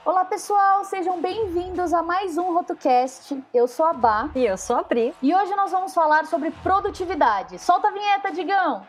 Olá pessoal, sejam bem-vindos a mais um RotoCast. Eu sou a Bá. E eu sou a Pri. E hoje nós vamos falar sobre produtividade. Solta a vinheta, Digão!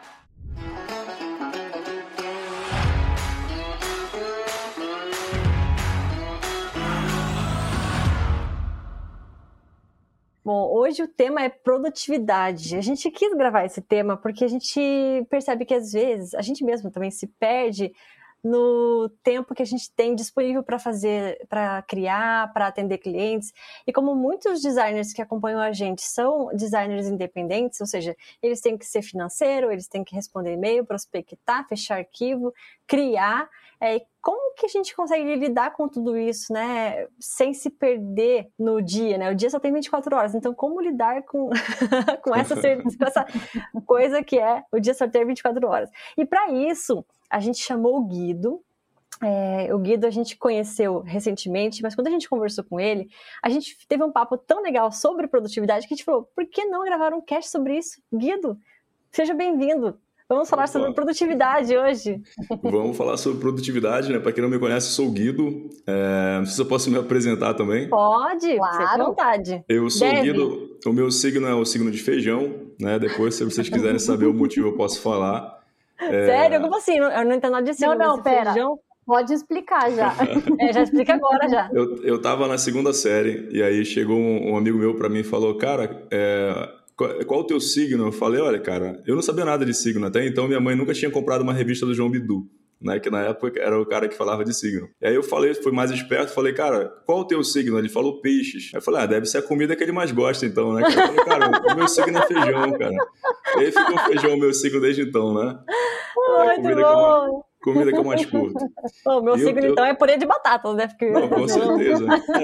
Bom, hoje o tema é produtividade. A gente quis gravar esse tema porque a gente percebe que às vezes a gente mesmo também se perde no tempo que a gente tem disponível para fazer, para criar, para atender clientes. E como muitos designers que acompanham a gente são designers independentes, ou seja, eles têm que ser financeiro, eles têm que responder e-mail, prospectar, fechar arquivo, criar. Como que a gente consegue lidar com tudo isso, né, sem se perder no dia, né? O dia só tem 24 horas, então como lidar com, com essa coisa que é o dia só ter 24 horas? E para isso, a gente chamou o Guido. O Guido a gente conheceu recentemente, mas quando a gente conversou com ele, a gente teve um papo tão legal sobre produtividade que a gente falou, por que não gravar um cast sobre isso? Guido, seja bem-vindo. Vamos falar sobre produtividade hoje. Vamos falar sobre produtividade, né? Para quem não me conhece, eu sou o Guido. Não sei se eu posso me apresentar também. Pode, claro. Fique à vontade. Eu sou o Guido, o meu signo é o signo de Feijão, né? Depois, se vocês quiserem saber o motivo, eu posso falar. Sério? Como assim? Eu não entendo nada de signo. Não, pera. Feijão... Pode explicar já. Já explica agora, já. Eu tava na segunda série, e aí chegou um amigo meu para mim e falou, cara, qual o teu signo? Eu falei, olha, cara, eu não sabia nada de signo até então, minha mãe nunca tinha comprado uma revista do João Bidu, né, que na época era o cara que falava de signo. E aí eu falei, fui mais esperto, falei, cara, qual o teu signo? Ele falou peixes. Aí eu falei, deve ser a comida que ele mais gosta então, né? Eu falei, cara, o meu signo é feijão, cara. E aí ficou feijão o meu signo desde então, né? Muito bom! Comida que eu mais curto. O meu signo, então, é purê de batata, né? Porque... Não, com certeza.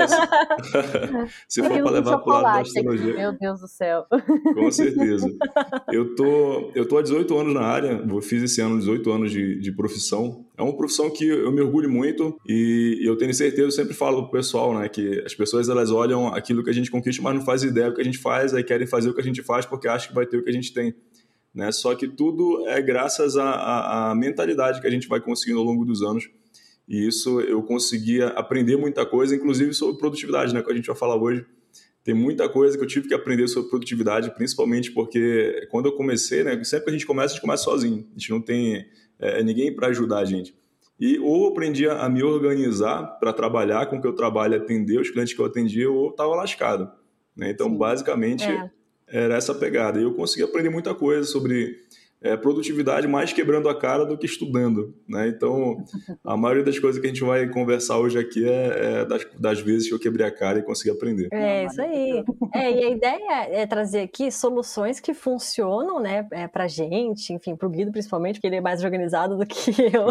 Se for para levar para o lado da astrologia. Meu Deus do céu. Com certeza. Eu tô há 18 anos na área, fiz esse ano 18 anos de profissão. É uma profissão que eu me orgulho muito e eu tenho certeza, eu sempre falo pro pessoal, né, que as pessoas elas olham aquilo que a gente conquista, mas não fazem ideia do que a gente faz, aí querem fazer o que a gente faz porque acham que vai ter o que a gente tem. Né? Só que tudo é graças à mentalidade que a gente vai conseguindo ao longo dos anos. E isso eu conseguia aprender muita coisa, inclusive sobre produtividade, né? Que a gente vai falar hoje. Tem muita coisa que eu tive que aprender sobre produtividade, principalmente porque quando eu comecei, né? Sempre que a gente começa sozinho. A gente não tem ninguém para ajudar a gente. E ou eu aprendi a me organizar para trabalhar com o que eu trabalho, atender os clientes que eu atendia, ou eu estava lascado. Né? Então, basicamente... Era essa pegada. E eu consegui aprender muita coisa sobre produtividade, mais quebrando a cara do que estudando. Né? Então, a maioria das coisas que a gente vai conversar hoje aqui é das vezes que eu quebrei a cara e consegui aprender. Isso aí. E a ideia é trazer aqui soluções que funcionam, né, pra gente, enfim, pro Guido principalmente, porque ele é mais organizado do que eu.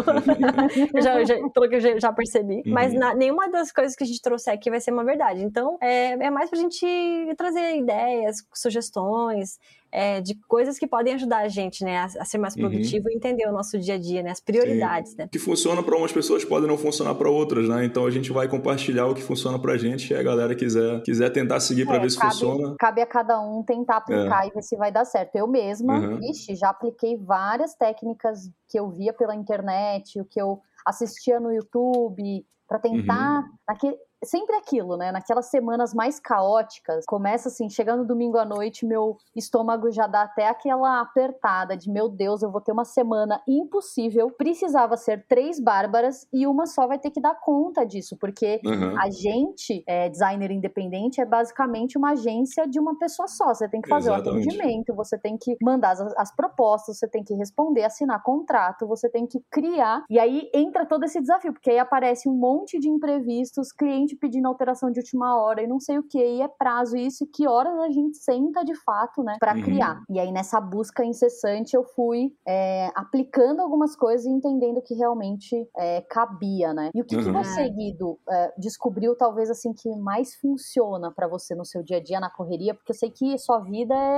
Pelo que eu já percebi. Uhum. Mas nenhuma das coisas que a gente trouxer aqui vai ser uma verdade. Então, é mais pra gente trazer ideias, sugestões, de coisas que podem ajudar a gente, né, a ser mais produtivo e entender o nosso dia a dia, né, as prioridades. Sim. Né? O que funciona para umas pessoas pode não funcionar para outras, né? Então a gente vai compartilhar o que funciona pra gente e a galera quiser tentar seguir para ver se funciona. Cabe a cada um tentar aplicar e ver se vai dar certo. Eu mesma, já apliquei várias técnicas que eu via pela internet, o que eu assistia no YouTube, para tentar... Sempre aquilo, né? Naquelas semanas mais caóticas, começa assim, chegando domingo à noite, meu estômago já dá até aquela apertada de, meu Deus, eu vou ter uma semana impossível, precisava ser 3 Bárbaras e uma só vai ter que dar conta disso, porque a gente, designer independente, é basicamente uma agência de uma pessoa só, você tem que fazer o atendimento, você tem que mandar as propostas, você tem que responder, assinar contrato, você tem que criar, e aí entra todo esse desafio, porque aí aparece um monte de imprevistos, cliente pedindo alteração de última hora e não sei o que, e é prazo isso, e que horas a gente senta de fato, né, pra criar. E aí nessa busca incessante eu fui aplicando algumas coisas e entendendo que realmente cabia, né. E o que você, Guido, descobriu talvez assim que mais funciona pra você no seu dia a dia, na correria, porque eu sei que sua vida é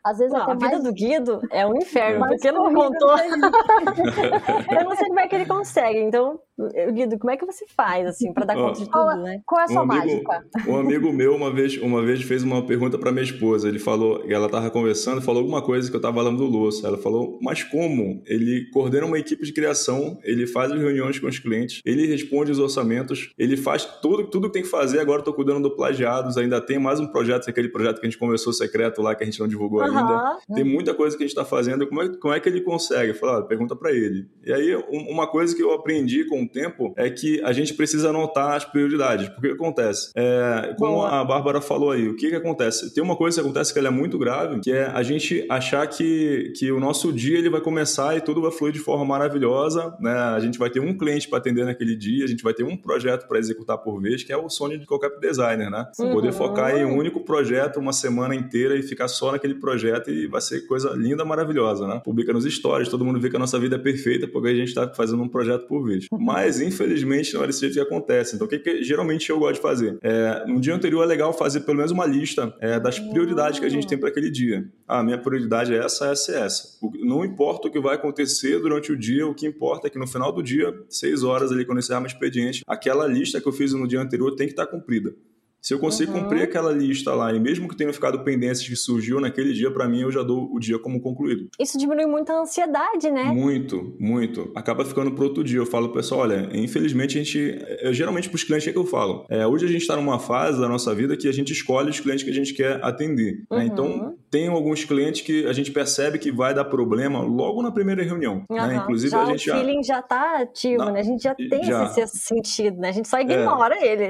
Às vezes a vida do Guido é um inferno, porque ele não contou. Eu não sei como é que ele consegue. Então, Guido, como é que você faz, assim, para dar conta de tudo, né? Qual é a sua mágica? Um amigo meu, uma vez fez uma pergunta para minha esposa. Ele falou, ela estava conversando, falou alguma coisa que eu estava lavando louça. Ela falou, mas como? Ele coordena uma equipe de criação, ele faz as reuniões com os clientes, ele responde os orçamentos, ele faz tudo que tem que fazer. Agora eu estou cuidando do Plagiados, ainda tem mais um projeto, aquele projeto que a gente conversou secreto lá, que a gente não divulgou ainda. Tem muita coisa que a gente está fazendo. Como é que ele consegue? Eu falei, pergunta para ele. E aí, uma coisa que eu aprendi com o tempo é que a gente precisa anotar as prioridades. Porque o que acontece? Como a Bárbara falou aí, o que acontece? Tem uma coisa que acontece que ela é muito grave, que é a gente achar que o nosso dia ele vai começar e tudo vai fluir de forma maravilhosa, né? A gente vai ter um cliente para atender naquele dia, a gente vai ter um projeto para executar por vez, que é o sonho de qualquer designer, né? Poder focar em um único projeto uma semana inteira e ficar só naquele projeto, e vai ser coisa linda, maravilhosa, né? Publica nos stories, todo mundo vê que a nossa vida é perfeita porque a gente está fazendo um projeto por vez. Mas, infelizmente, não é desse jeito que acontece. Então, o que geralmente eu gosto de fazer? No dia anterior é legal fazer pelo menos uma lista das prioridades que a gente tem para aquele dia. Minha prioridade é essa, essa e essa. Não importa o que vai acontecer durante o dia, o que importa é que no final do dia, 6 horas ali, quando eu encerrar meu expediente, aquela lista que eu fiz no dia anterior tem que estar cumprida. Se eu consigo cumprir aquela lista lá, e mesmo que tenha ficado pendências que surgiu naquele dia, para mim, eu já dou o dia como concluído. Isso diminui muito a ansiedade, né? Muito, muito. Acaba ficando pro outro dia. Eu falo pro pessoal, olha, infelizmente geralmente pros clientes que eu falo. Hoje a gente tá numa fase da nossa vida que a gente escolhe os clientes que a gente quer atender. Né? Então, tem alguns clientes que a gente percebe que vai dar problema logo na primeira reunião. Né? Inclusive, o feeling já tá ativo, né? A gente já tem esse sexto sentido, né? A gente só ignora ele.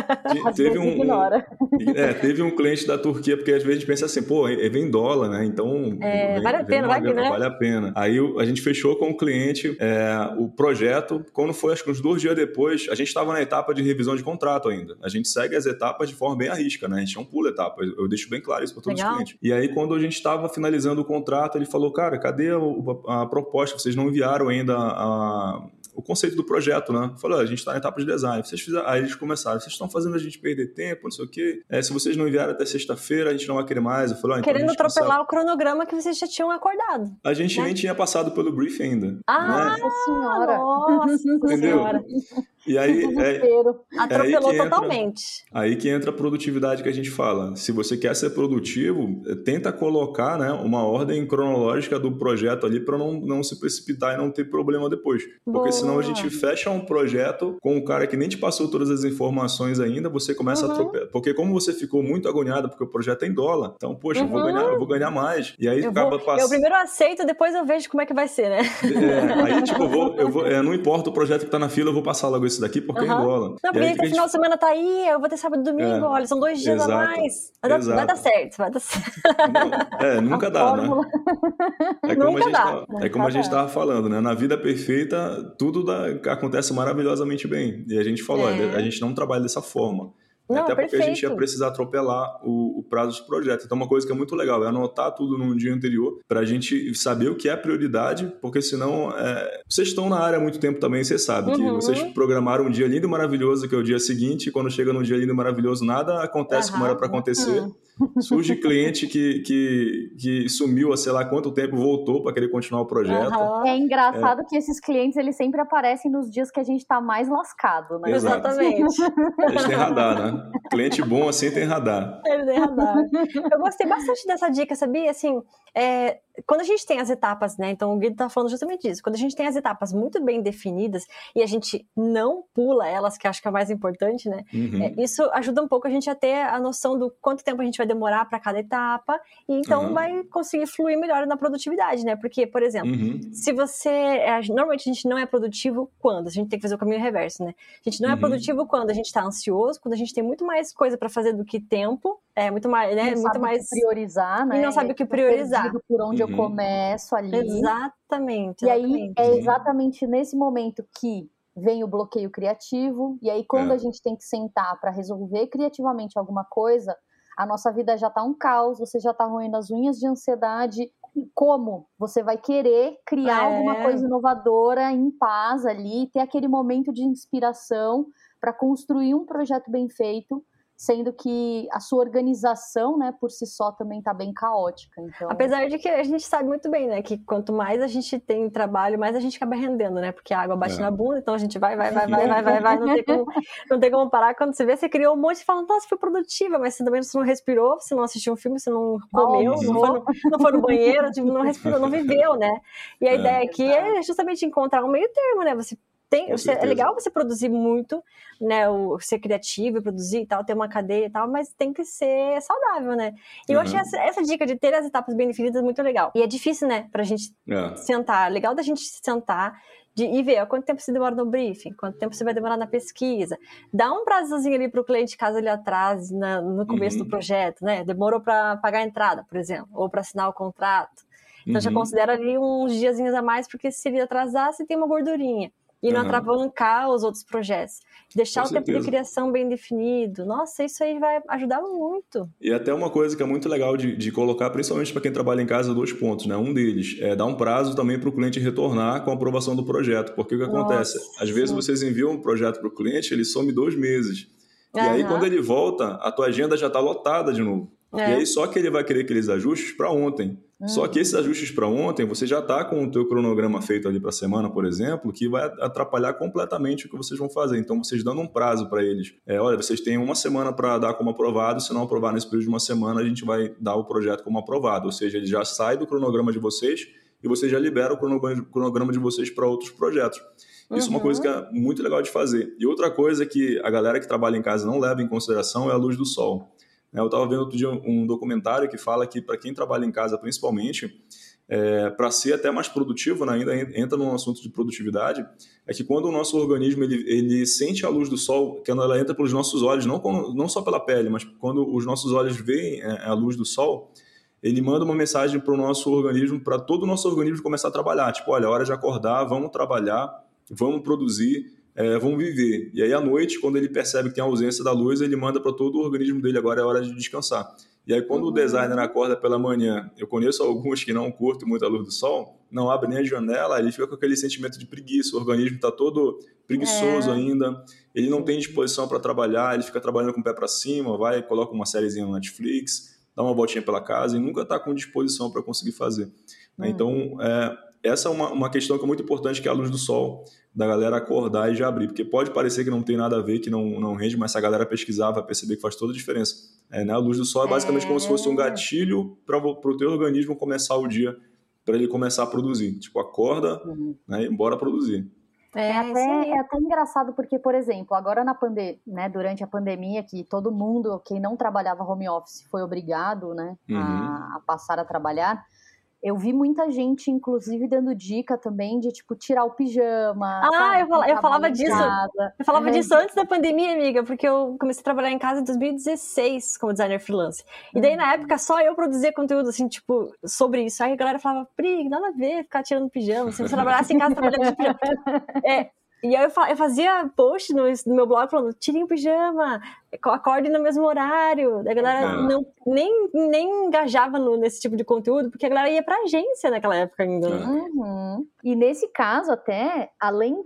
Teve um cliente da Turquia, porque às vezes a gente pensa assim, vem dólar, né? Então vale a pena, vale a pena. Aí a gente fechou com o cliente o projeto. Quando foi, acho que uns 2 dias depois, a gente estava na etapa de revisão de contrato ainda. A gente segue as etapas de forma bem à risca, né? A gente não pula etapas. Eu deixo bem claro isso para todos os clientes. E aí, quando a gente estava finalizando o contrato, ele falou, cara, cadê a proposta? Vocês não enviaram ainda o conceito do projeto, né? Falou, a gente está na etapa de design. Aí eles começaram, vocês estão fazendo a gente perder tempo, não sei o quê. Se vocês não enviarem até sexta-feira, a gente não vai querer mais. Eu falei, querendo atropelar o cronograma que vocês já tinham acordado. A gente nem tinha passado pelo briefing ainda. Nossa senhora! Nossa senhora! E aí, atropelou totalmente. Aí que entra a produtividade que a gente fala. Se você quer ser produtivo, tenta colocar, né, uma ordem cronológica do projeto ali para não se precipitar e não ter problema depois. Porque senão a gente fecha um projeto com um cara que nem te passou todas as informações ainda, você começa a atropelar. Porque como você ficou muito agoniado porque o projeto é em dólar, então, poxa, eu vou ganhar mais. E aí acaba passando. Eu primeiro aceito, depois eu vejo como é que vai ser, né? Aí, tipo, não importa o projeto que tá na fila, eu vou passar logo esse daqui porque é em dólar. Não, porque até final de semana tá aí, eu vou ter sábado e domingo, olha, são 2 dias a mais. Vai dar certo. Nunca dá, né? É como a gente tava falando, né? Na vida perfeita, tudo acontece maravilhosamente bem. E a gente falou, a gente não trabalha dessa forma. Até porque a gente ia precisar atropelar o prazo dos projetos. Então, uma coisa que é muito legal é anotar tudo no dia anterior para a gente saber o que é prioridade, porque senão vocês estão na área há muito tempo também, você sabe que vocês programaram um dia lindo e maravilhoso, que é o dia seguinte, e quando chega no dia lindo e maravilhoso, nada acontece como era para acontecer. Surge cliente que sumiu há sei lá quanto tempo, voltou para querer continuar o projeto. É engraçado que esses clientes, eles sempre aparecem nos dias que a gente tá mais lascado, né? Exatamente. Eles têm radar, né? Cliente bom assim tem radar. Ele tem radar. Eu gostei bastante dessa dica, sabia? Assim, quando a gente tem as etapas, né? Então o Guido tá falando justamente disso. Quando a gente tem as etapas muito bem definidas e a gente não pula elas, que acho que é o mais importante, né? Isso ajuda um pouco a gente a ter a noção do quanto tempo a gente vai demorar para cada etapa, e então vai conseguir fluir melhor na produtividade, né? Porque, por exemplo, se você... Normalmente a gente não é produtivo quando? A gente tem que fazer o caminho reverso, né? A gente não é produtivo quando a gente tá ansioso, quando a gente tem muito mais coisa para fazer do que tempo, muito mais, né? Não muito sabe mais o que priorizar, né? E não sabe o que priorizar. Por onde eu começo ali. Exatamente. E aí é exatamente nesse momento que vem o bloqueio criativo, e aí quando a gente tem que sentar para resolver criativamente alguma coisa, a nossa vida já tá um caos, você já tá roendo as unhas de ansiedade. Como você vai querer criar alguma coisa inovadora em paz ali, ter aquele momento de inspiração para construir um projeto bem feito, sendo que a sua organização, né, por si só também tá bem caótica. Então... Apesar de que a gente sabe muito bem, né, que quanto mais a gente tem trabalho, mais a gente acaba rendendo, né, porque a água bate na bunda, então a gente vai, não tem como parar. Quando você vê, você criou um monte e fala, nossa, foi produtiva, mas você também não respirou, você não assistiu um filme, você não comeu, não foi no banheiro, tipo, não respirou, não viveu, né. E a ideia aqui é justamente encontrar um meio termo, né, é legal você produzir muito, né, ser criativo e produzir e tal, ter uma cadeia e tal, mas tem que ser saudável, né? E eu achei essa dica de ter as etapas bem definidas muito legal. E é difícil, né, pra gente sentar. Legal da gente sentar e ver quanto tempo você demora no briefing, quanto tempo você vai demorar na pesquisa. Dá um prazozinho ali pro cliente, caso ele atrase no começo do projeto, né? Demorou pra pagar a entrada, por exemplo, ou pra assinar o contrato. Então já considera ali uns diazinhos a mais, porque se ele atrasar, você tem uma gordurinha. E não atravancar os outros projetos. Deixar o tempo de criação bem definido. Nossa, isso aí vai ajudar muito. E até uma coisa que é muito legal de colocar, principalmente para quem trabalha em casa, 2 pontos, né? Um deles é dar um prazo também para o cliente retornar com a aprovação do projeto. Porque o que acontece? Às vezes vocês enviam um projeto para o cliente, ele some 2 meses. E aí, quando ele volta, a tua agenda já está lotada de novo. E aí, só que ele vai querer aqueles ajustes para ontem. Só que esses ajustes para ontem, você já está com o teu cronograma feito ali para a semana, por exemplo, que vai atrapalhar completamente o que vocês vão fazer. Então, vocês dando um prazo para eles. Olha, vocês têm 1 semana para dar como aprovado, se não aprovar nesse período de 1 semana, a gente vai dar o projeto como aprovado. Ou seja, ele já sai do cronograma de vocês e você já libera o cronograma de vocês para outros projetos. Isso é uma coisa que é muito legal de fazer. E outra coisa que a galera que trabalha em casa não leva em consideração é a luz do sol. Eu estava vendo outro dia um documentário que fala que para quem trabalha em casa principalmente, para ser até mais produtivo, né, ainda entra num assunto de produtividade, é que quando o nosso organismo ele sente a luz do sol, que ela entra pelos nossos olhos, não só pela pele, mas quando os nossos olhos veem a luz do sol, ele manda uma mensagem para o nosso organismo, para todo o nosso organismo começar a trabalhar. Tipo, olha, é hora de acordar, vamos trabalhar, vamos produzir, vão viver. E aí, à noite, quando ele percebe que tem a ausência da luz, ele manda para todo o organismo dele, agora é hora de descansar. E aí, quando o designer acorda pela manhã, eu conheço alguns que não curtem muito a luz do sol, não abre nem a janela, ele fica com aquele sentimento de preguiça, o organismo está todo preguiçoso ainda, ele não tem disposição para trabalhar, ele fica trabalhando com o pé para cima, coloca uma sériezinha no Netflix, dá uma voltinha pela casa e nunca está com disposição para conseguir fazer. Então, essa é uma questão que é muito importante, que é a luz do sol, da galera acordar e já abrir, porque pode parecer que não tem nada a ver, que não rende, mas se a galera pesquisar, vai perceber que faz toda a diferença. Né? A luz do sol é basicamente como se fosse um gatilho para o teu organismo começar o dia, para ele começar a produzir. Tipo, acorda, né, e bora produzir. É até engraçado porque, por exemplo, agora né, durante a pandemia, que todo mundo, quem não trabalhava home office, foi obrigado, né, a passar a trabalhar, eu vi muita gente, inclusive, dando dica também de, tipo, tirar o pijama. Eu falava disso. Eu falava disso antes da pandemia, amiga, porque eu comecei a trabalhar em casa em 2016 como designer freelance. E daí, na época, só eu produzia conteúdo, assim, tipo, sobre isso. Aí a galera falava, Pri, nada a ver ficar tirando pijama. Se você trabalhasse em casa, trabalhando de pijama. E aí eu fazia post no meu blog falando, tirem o pijama, acorde no mesmo horário. A galera nem engajava nesse tipo de conteúdo, porque a galera ia pra agência naquela época ainda. E nesse caso até, além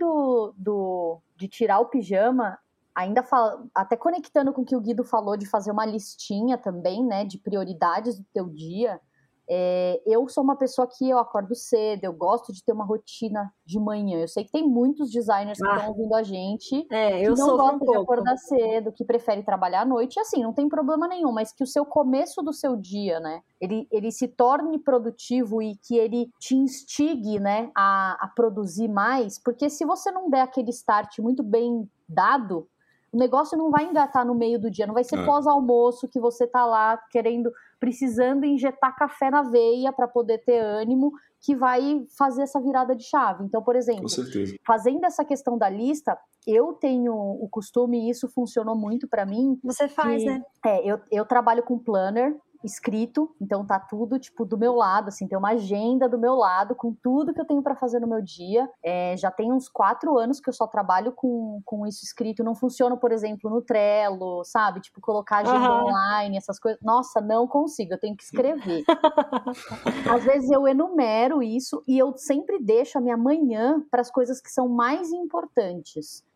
de tirar o pijama, ainda até conectando com o que o Guido falou de fazer uma listinha também, né, de prioridades do teu dia. Eu sou uma pessoa que eu acordo cedo, eu gosto de ter uma rotina de manhã. Eu sei que tem muitos designers que estão ouvindo a gente que não gostam de acordar cedo, que preferem trabalhar à noite. E assim, não tem problema nenhum, mas que o seu começo do seu dia, né, ele se torne produtivo e que ele te instigue, né, a produzir mais, porque se você não der aquele start muito bem dado, o negócio não vai engatar no meio do dia, não vai ser pós-almoço que você tá lá precisando injetar café na veia para poder ter ânimo, que vai fazer essa virada de chave. Então, por exemplo, fazendo essa questão da lista, eu tenho o costume, e isso funcionou muito para mim. Você faz, né? Eu trabalho com planner escrito, então tá tudo, tipo, do meu lado, assim, tem uma agenda do meu lado, com tudo que eu tenho pra fazer no meu dia. Já tem uns 4 anos que eu só trabalho com isso escrito, não funciona, por exemplo, no Trello, sabe? Tipo, colocar agenda online, essas coisas. Nossa, não consigo, eu tenho que escrever. Às vezes eu enumero isso e eu sempre deixo a minha manhã para as coisas que são mais importantes.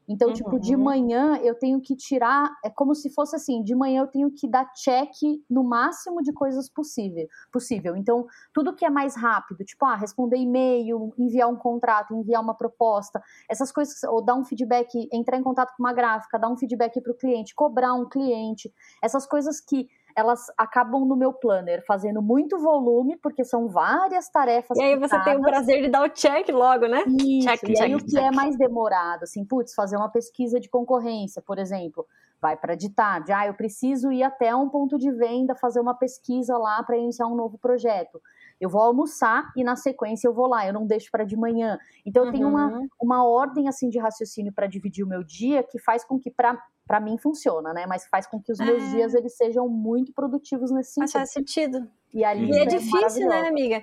Então, tipo, de manhã eu tenho que tirar, é como se fosse assim, de manhã eu tenho que dar check no máximo de coisas possível. Então, tudo que é mais rápido, tipo, responder e-mail, enviar um contrato, enviar uma proposta, essas coisas, ou dar um feedback, entrar em contato com uma gráfica, dar um feedback para o cliente, cobrar um cliente, essas coisas que elas acabam no meu planner fazendo muito volume, porque são várias tarefas. E aí você tem o prazer de dar o check logo, né? Isso, check, e aí o que é mais demorado, assim, fazer uma pesquisa de concorrência, por exemplo, vai para de tarde, eu preciso ir até um ponto de venda, fazer uma pesquisa lá para iniciar um novo projeto. Eu vou almoçar e na sequência eu vou lá, eu não deixo para de manhã. Então eu tenho uma ordem assim de raciocínio para dividir o meu dia que faz com que para mim funciona, né? Mas faz com que os meus dias eles sejam muito produtivos nesse sentido. Mas faz sentido. E é difícil, né, amiga?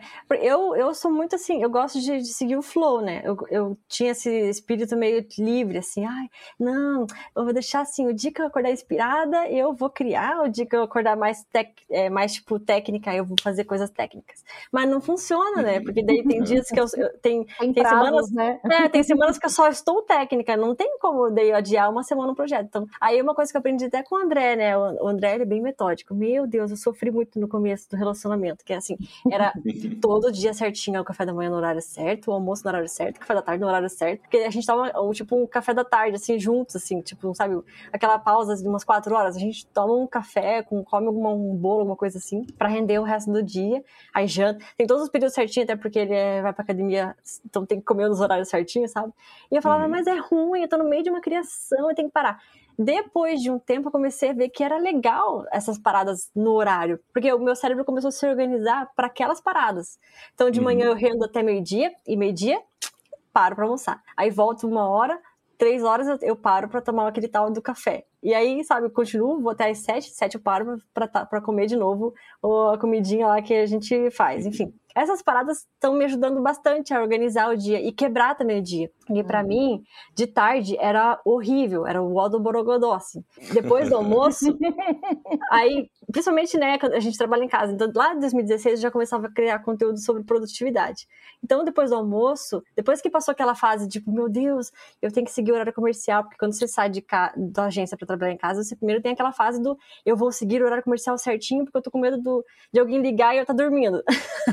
Eu sou muito assim, eu gosto de seguir o flow, né? Eu tinha esse espírito meio livre, assim, não, eu vou deixar assim, o dia que eu acordar inspirada, eu vou criar, o dia que eu acordar mais tipo técnica, eu vou fazer coisas técnicas. Mas não funciona, né? Porque daí tem dias que tem prazos, semanas, né? Tem semanas que eu só estou técnica, não tem como daí eu adiar uma semana um projeto. Então, aí uma coisa que eu aprendi até com o André, né? O André, ele é bem metódico. Meu Deus, eu sofri muito no começo do relacionamento, que é assim, era todo dia certinho, o café da manhã no horário certo, o almoço no horário certo, o café da tarde no horário certo, porque a gente toma, tipo, um café da tarde, assim, juntos, assim, tipo, sabe, aquela pausa de umas 4 horas, a gente toma um café, come um bolo, alguma coisa assim, pra render o resto do dia, aí janta, tem todos os períodos certinhos, até porque ele vai pra academia, então tem que comer nos horários certinhos, sabe, e eu falava, mas é ruim, eu tô no meio de uma criação, eu tenho que parar. Depois de um tempo, eu comecei a ver que era legal essas paradas no horário, porque o meu cérebro começou a se organizar para aquelas paradas. Então, de manhã eu rendo até meio-dia, e meio-dia, paro para almoçar. Aí volto 1 hora, 3 horas eu paro para tomar aquele tal do café. E aí, sabe, eu continuo, vou até às 7 eu paro pra comer de novo a comidinha lá que a gente faz, enfim. Essas paradas estão me ajudando bastante a organizar o dia e quebrar também o dia. E pra mim, de tarde era horrível, era o ó do borogodó, assim. Depois do almoço, aí, principalmente, né, quando a gente trabalha em casa. Então, lá em 2016, eu já começava a criar conteúdo sobre produtividade. Então, depois do almoço, depois que passou aquela fase, tipo, meu Deus, eu tenho que seguir o horário comercial, porque quando você sai da agência pra trabalhar em casa, você primeiro tem aquela fase do eu vou seguir o horário comercial certinho, porque eu tô com medo de alguém ligar e eu tá dormindo.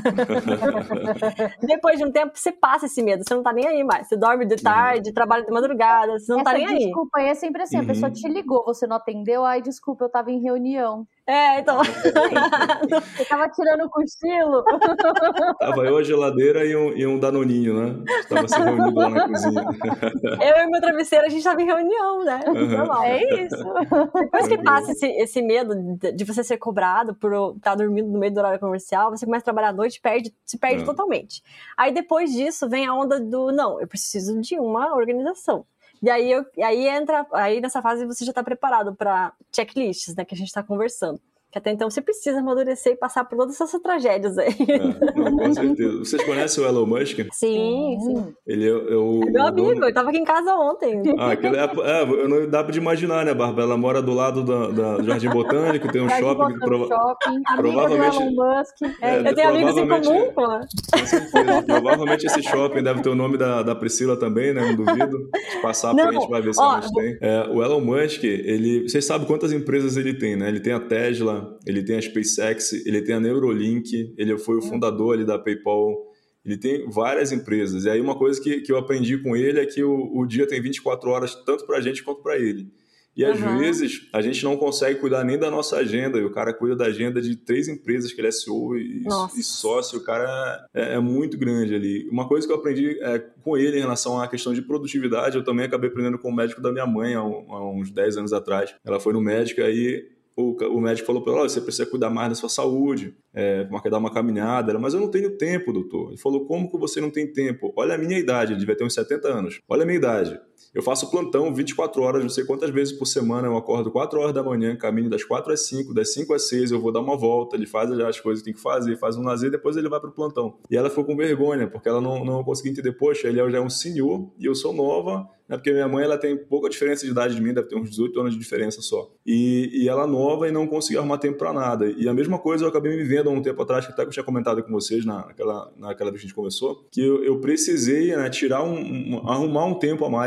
Depois de um tempo, você passa esse medo, você não tá nem aí mais. Você dorme de tarde, trabalha de madrugada, você não tá nem aí. Desculpa aí é sempre assim, a pessoa te ligou, você não atendeu, desculpa, eu tava em reunião. Então. Você tava tirando o cochilo? Tava eu, a geladeira e um danoninho, né? Tava se reunindo lá na cozinha. Eu e meu travesseiro, a gente tava em reunião, né? Normal. É isso. Depois que passa esse medo de você ser cobrado por estar dormindo no meio do horário comercial, você começa a trabalhar à noite e se perde totalmente. Aí depois disso vem a onda do, não, eu preciso de uma organização. E aí nessa fase você já está preparado para checklists, né, que a gente está conversando. Que até então você precisa amadurecer e passar por todas essas tragédias aí. Não, com certeza. Vocês conhecem o Elon Musk? Sim. Ele é o meu amigo, ele estava aqui em casa ontem. Não dá pra imaginar, né, Bárbara? Ela mora do lado do Jardim Botânico, tem um shopping. Provavelmente do Elon Musk. Eu tenho amigos em comum, pô. Com certeza. Provavelmente esse shopping deve ter o nome da Priscila também, né? Não duvido. Se passar pra gente, vai ver se elas têm. O Elon Musk, vocês sabem quantas empresas ele tem, né? Ele tem a Tesla, ele tem a SpaceX, ele tem a Neuralink, ele foi o fundador ali da PayPal, ele tem várias empresas. E aí uma coisa que eu aprendi com ele é que o dia tem 24 horas tanto pra gente quanto pra ele. E às vezes a gente não consegue cuidar nem da nossa agenda, e o cara cuida da agenda de 3 empresas que ele é CEO e sócio, o cara é muito grande ali. Uma coisa que eu aprendi com ele em relação à questão de produtividade, eu também acabei aprendendo com o médico da minha mãe há uns 10 anos atrás. Ela foi no médico, aí o médico falou para ela, você precisa cuidar mais da sua saúde, dar uma caminhada. Mas eu não tenho tempo, doutor. Ele falou, como que você não tem tempo? Olha a minha idade, ele devia ter uns 70 anos. Olha a minha idade. Eu faço plantão 24 horas, não sei quantas vezes por semana, eu acordo 4 horas da manhã, caminho das 4 às 5, das 5 às 6 eu vou dar uma volta, ele faz as coisas que tem que fazer, faz um lazer, depois ele vai pro plantão. E ela ficou com vergonha, porque ela não conseguia entender, poxa, ele já é um senhor e eu sou nova, né? Porque minha mãe ela tem pouca diferença de idade de mim, deve ter uns 18 anos de diferença só. E ela nova e não conseguia arrumar tempo para nada. E a mesma coisa eu acabei me vendo há um tempo atrás, que até que eu tinha comentado com vocês naquela vez que a gente conversou, que eu precisei, né, arrumar um tempo a mais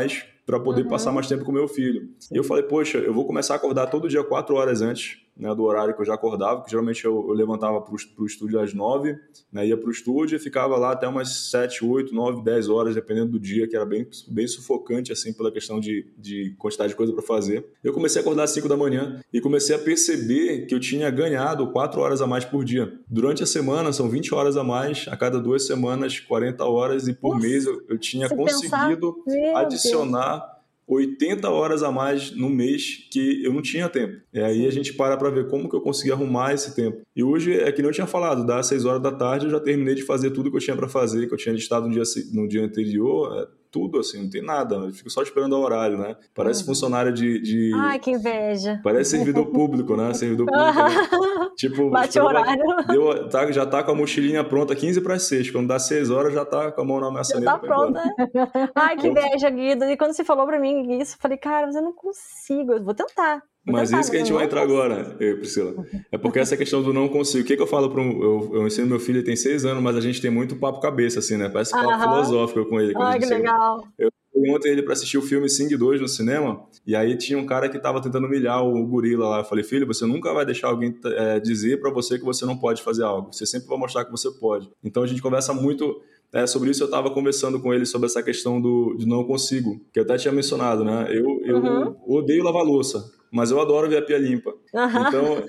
para poder passar mais tempo com o meu filho. E eu falei, poxa, eu vou começar a acordar todo dia 4 horas antes, né, do horário que eu já acordava, que geralmente eu levantava para o estúdio às 9, né, ia para o estúdio e ficava lá até umas 7, 8, 9, 10 horas, dependendo do dia, que era bem sufocante, assim, pela questão de quantidade de coisa para fazer. Eu comecei a acordar às 5 da manhã e comecei a perceber que eu tinha ganhado 4 horas a mais por dia. Durante a semana, são 20 horas a mais, a cada 2 semanas, 40 horas, e por mês eu tinha conseguido adicionar 80 horas a mais no mês que eu não tinha tempo. E aí a gente para ver como que eu consegui arrumar esse tempo. E hoje, é que nem eu tinha falado, das 6 horas da tarde eu já terminei de fazer tudo que eu tinha para fazer, que eu tinha listado no dia anterior, tudo assim, não tem nada, eu fico só esperando o horário, né? Parece funcionário de... Ai, que inveja. Parece servidor público, né? Servidor público, né? Tipo, bate o horário. Já tá com a mochilinha pronta 15 para as 6, quando dá 6 horas já tá com a mão na maçaneta. Já tá pronta. Ai, que inveja, Guido. E quando você falou para mim isso, eu falei, cara, mas eu não consigo, eu vou tentar. Mas isso que a gente vai entrar agora, Priscila. É porque essa questão do não consigo. O que eu falo eu ensino meu filho, ele tem 6 anos, mas a gente tem muito papo cabeça, assim, né? Parece papo filosófico com ele. Ai, que legal. Eu fui ontem ele para assistir o filme Sing 2 no cinema, e aí tinha um cara que tava tentando humilhar o gorila lá. Eu falei, filho, você nunca vai deixar alguém dizer para você que você não pode fazer algo. Você sempre vai mostrar que você pode. Então a gente conversa muito... sobre isso eu estava conversando com ele sobre essa questão de não consigo, que eu até tinha mencionado, né? Eu odeio lavar louça, mas eu adoro ver a pia limpa. Então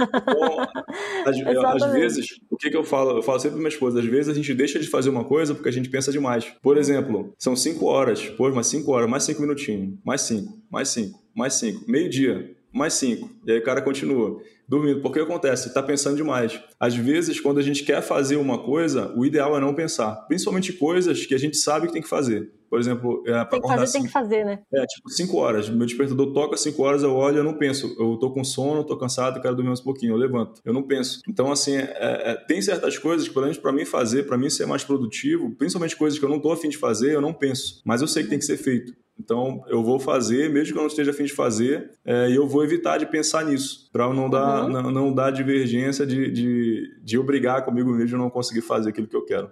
às vezes, o que eu falo? Eu falo sempre para minha esposa, às vezes a gente deixa de fazer uma coisa porque a gente pensa demais. Por exemplo, são 5 horas, mais 5 horas, mais 5 minutinhos, mais 5, mais 5, mais 5, meio-dia, mais 5, e aí o cara continua dormindo. Porque acontece? Tá pensando demais. Às vezes, quando a gente quer fazer uma coisa, o ideal é não pensar. Principalmente coisas que a gente sabe que tem que fazer. Por exemplo, tem que fazer, né? Tipo 5 horas. Meu despertador toca 5 horas, eu olho, eu não penso. Eu tô com sono, tô cansado, quero dormir mais um pouquinho. Eu levanto. Eu não penso. Então, assim, tem certas coisas que, pelo menos pra mim fazer, pra mim ser mais produtivo, principalmente coisas que eu não tô a fim de fazer, eu não penso. Mas eu sei que tem que ser feito. Então, eu vou fazer, mesmo que eu não esteja a fim de fazer, e eu vou evitar de pensar nisso, para não dar divergência de obrigar comigo mesmo a não conseguir fazer aquilo que eu quero.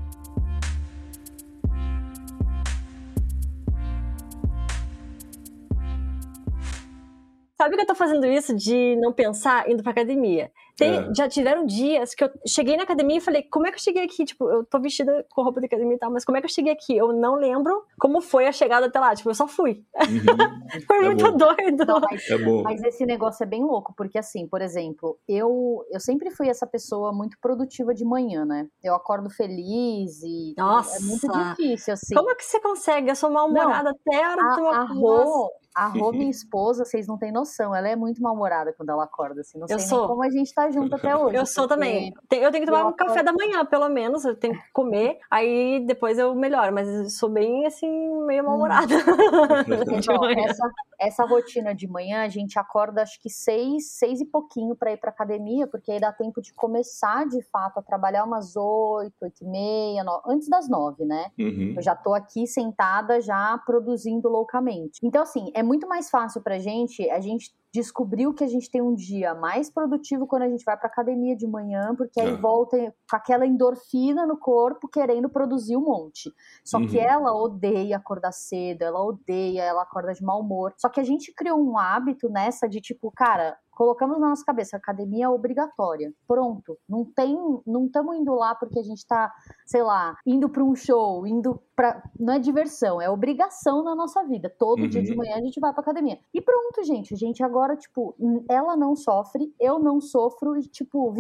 Sabe que eu tô fazendo isso de não pensar indo pra academia? Já tiveram dias que eu cheguei na academia e falei, como é que eu cheguei aqui? Tipo, eu tô vestida com roupa de academia e tal, mas como é que eu cheguei aqui? Eu não lembro como foi a chegada até lá. Tipo, eu só fui. Foi muito doido. Não, mas esse negócio é bem louco, porque assim, por exemplo, eu sempre fui essa pessoa muito produtiva de manhã, né? Eu acordo feliz e Nossa, é muito difícil, assim. Como é que você consegue? Eu sou mal-humorada até a hora de tomar A Rô, minha esposa, vocês não têm noção, ela é muito mal-humorada quando ela acorda, assim, não sei nem como a gente tá junto até hoje. Eu sou também. Eu tenho que tomar um café da manhã, pelo menos, eu tenho que comer, aí depois eu melhoro, mas eu sou bem, assim, meio mal-humorada. Então, essa rotina de manhã, a gente acorda acho que 6 e pouquinho pra ir pra academia, porque aí dá tempo de começar, de fato, a trabalhar umas 8, 8h30, 9, antes das 9, né? Eu já tô aqui sentada, já produzindo loucamente. Então, assim, é muito mais fácil pra gente, a gente descobriu que a gente tem um dia mais produtivo quando a gente vai pra academia de manhã, porque aí volta com aquela endorfina no corpo, querendo produzir um monte. Só que ela odeia acordar cedo, ela acorda de mau humor. Só que a gente criou um hábito nessa de tipo, cara, colocamos na nossa cabeça, a academia é obrigatória. Pronto. Não estamos indo lá porque a gente tá, sei lá, indo pra um show, não é diversão, é obrigação na nossa vida. Todo dia de manhã a gente vai pra academia. E pronto, gente. A gente agora, tipo, ela não sofre, eu não sofro, e, tipo,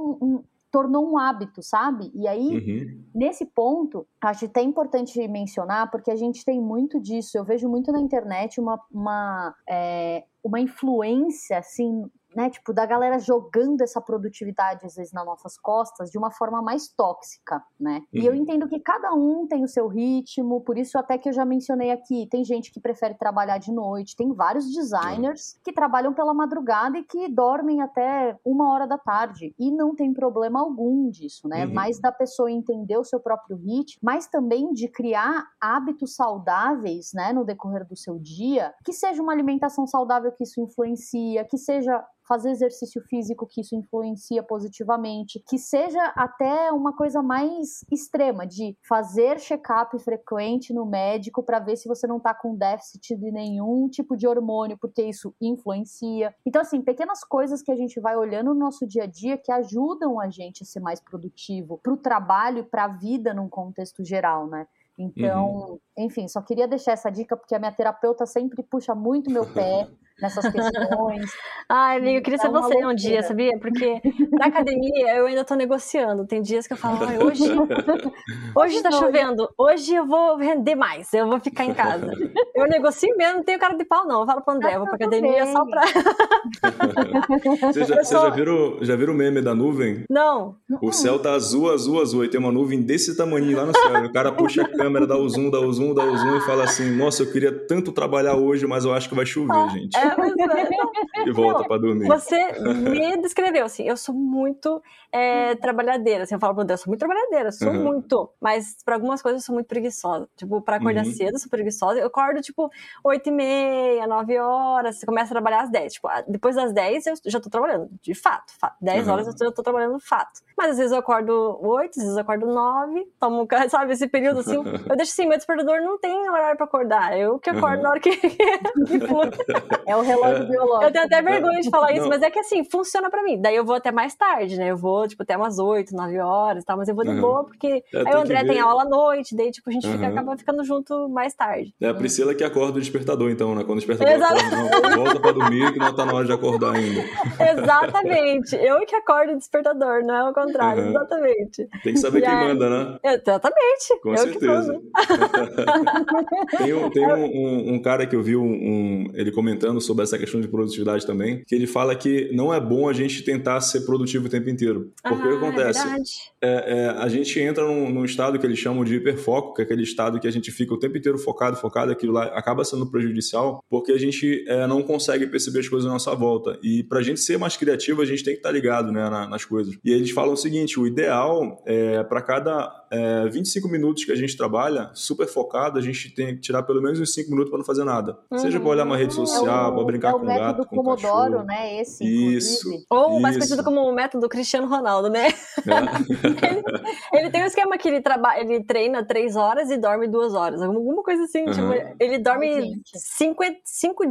tornou um hábito, sabe? E aí, nesse ponto, acho até importante mencionar, porque a gente tem muito disso, eu vejo muito na internet uma influência, assim, né, tipo, da galera jogando essa produtividade, às vezes, nas nossas costas, de uma forma mais tóxica, né? E eu entendo que cada um tem o seu ritmo, por isso até que eu já mencionei aqui, tem gente que prefere trabalhar de noite, tem vários designers que trabalham pela madrugada e que dormem até 1h da tarde, e não tem problema algum disso, né? Mais da pessoa entender o seu próprio ritmo, mas também de criar hábitos saudáveis, né, no decorrer do seu dia, que seja uma alimentação saudável que isso influencia, que seja fazer exercício físico, que isso influencia positivamente, que seja até uma coisa mais extrema, de fazer check-up frequente no médico para ver se você não tá com déficit de nenhum tipo de hormônio, porque isso influencia. Então, assim, pequenas coisas que a gente vai olhando no nosso dia a dia que ajudam a gente a ser mais produtivo pro trabalho e pra vida num contexto geral, né? Então, enfim, só queria deixar essa dica porque a minha terapeuta sempre puxa muito meu pé nessas questões. Ai, amiga, eu queria ser você um dia, sabia? Porque na academia eu ainda tô negociando. Tem dias que eu falo, hoje tá chovendo, hoje eu vou render mais, eu vou ficar em casa. Eu negocio mesmo, não tenho cara de pau, não. Eu falo pro André, eu vou pra academia só pra... Vocês já viram o meme da nuvem? Não. O céu tá azul, azul, azul, e tem uma nuvem desse tamanho lá no céu. E o cara puxa a câmera, dá o zoom e fala assim, nossa, eu queria tanto trabalhar hoje, mas eu acho que vai chover, gente. E volta pra dormir. Você me descreveu, assim, eu sou muito trabalhadeira, assim, eu falo pro Deus, eu sou muito trabalhadeira, sou muito, mas pra algumas coisas eu sou muito preguiçosa, tipo, pra acordar cedo eu sou preguiçosa, eu acordo, tipo, 8h30, 9 horas, você começa a trabalhar às 10, tipo, depois das 10 eu já tô trabalhando, de fato, 10 horas eu já tô trabalhando de fato, mas às vezes eu acordo 8, às vezes eu acordo 9, tomo, sabe, esse período, assim, eu deixo assim, meu despertador não tem horário pra acordar, eu que acordo na hora que for. É o relógio biológico. Eu tenho até vergonha de falar isso, mas é que assim, funciona pra mim. Daí eu vou até mais tarde, né? Eu vou, tipo, até umas 8, 9 horas e tal, mas eu vou de boa, porque aí o André tem aula à noite, daí, tipo, a gente acaba ficando junto mais tarde. É a Priscila que acorda o despertador, então, né? Quando o despertador acorda, não, volta pra dormir, que não tá na hora de acordar ainda. Exatamente. Eu que acordo o despertador, não é o contrário. Exatamente. Tem que saber quem manda, né? Exatamente. Com certeza. Tem um cara que eu vi ele comentando sobre essa questão de produtividade também, que ele fala que não é bom a gente tentar ser produtivo o tempo inteiro. Porque o que acontece? A gente entra num estado que eles chamam de hiperfoco, que é aquele estado que a gente fica o tempo inteiro focado, aquilo lá acaba sendo prejudicial, porque a gente não consegue perceber as coisas à nossa volta. E pra gente ser mais criativo, a gente tem que estar ligado, né, nas coisas. E eles falam o seguinte, o ideal é para cada 25 minutos que a gente trabalha, super focado, a gente tem que tirar pelo menos uns 5 minutos para não fazer nada. Seja para olhar uma rede social, para brincar com o gato, com o cachorro. É o método Pomodoro, né? Esse, isso. Ou mais conhecido como o método Cristiano Ronaldo, né? Ele tem um esquema que ele treina 3 horas e dorme 2 horas. Alguma coisa assim. Tipo, ele dorme 5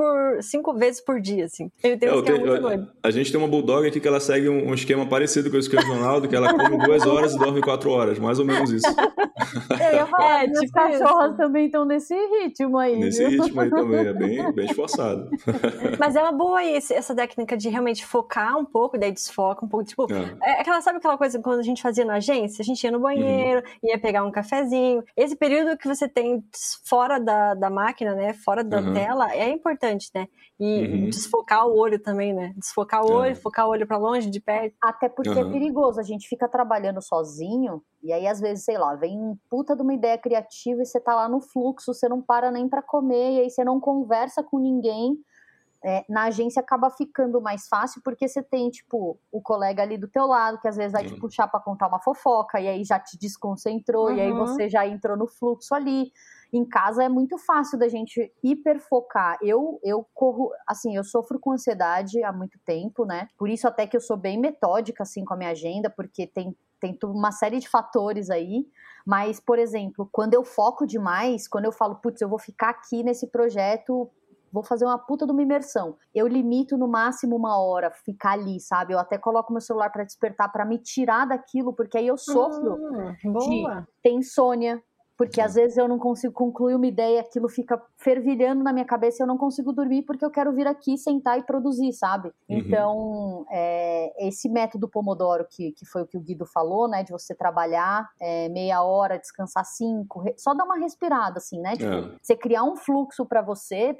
vezes por dia, assim. Ele tem um esquema muito doido. A gente tem uma bulldog aqui que ela segue um esquema parecido com o Cristiano Ronaldo, que ela come 2 horas e dorme 4 horas. Mais ou menos isso. Eu ia falar, os cachorros também estão nesse ritmo aí. Nesse ritmo aí também, é bem esforçado. Mas é uma boa essa técnica de realmente focar um pouco, daí desfoca um pouco. Tipo, sabe aquela coisa quando a gente fazia na agência? A gente ia no banheiro, ia pegar um cafezinho. Esse período que você tem fora da máquina, né? Fora da tela, é importante, né? E desfocar o olho também, né? Desfocar o olho, focar o olho pra longe, de perto. Até porque é perigoso, a gente fica trabalhando sozinho, e aí às vezes, sei lá, vem um puta de uma ideia criativa e você tá lá no fluxo, você não para nem pra comer, e aí você não conversa com ninguém. Na agência acaba ficando mais fácil, porque você tem, tipo, o colega ali do teu lado, que às vezes vai te puxar pra contar uma fofoca, e aí já te desconcentrou, e aí você já entrou no fluxo ali. Em casa é muito fácil da gente hiperfocar. Eu corro, assim, eu sofro com ansiedade há muito tempo, né? Por isso até que eu sou bem metódica, assim, com a minha agenda, porque tem uma série de fatores aí. Mas, por exemplo, quando eu foco demais, quando eu falo, putz, eu vou ficar aqui nesse projeto, vou fazer uma puta de uma imersão. Eu limito no máximo 1 hora, ficar ali, sabe? Eu até coloco meu celular pra despertar, pra me tirar daquilo, porque aí eu sofro de ter insônia, porque às vezes eu não consigo concluir uma ideia, aquilo fica fervilhando na minha cabeça e eu não consigo dormir porque eu quero vir aqui, sentar e produzir, sabe? Então, esse método Pomodoro, que foi o que o Guido falou, né? De você trabalhar meia hora, descansar 5, só dar uma respirada, assim, né? Tipo, você criar um fluxo pra você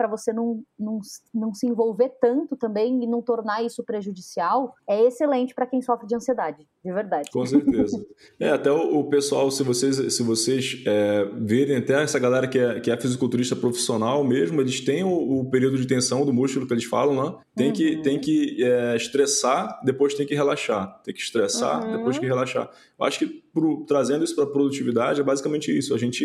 não se envolver tanto também e não tornar isso prejudicial, é excelente pra quem sofre de ansiedade, de verdade. Com certeza. Até o pessoal, se vocês verem até essa galera que é fisiculturista profissional mesmo, eles têm o período de tensão do músculo que eles falam, né? Tem que estressar, depois tem que relaxar. Tem que estressar, depois tem que relaxar. Eu acho que trazendo isso para a produtividade é basicamente isso. A gente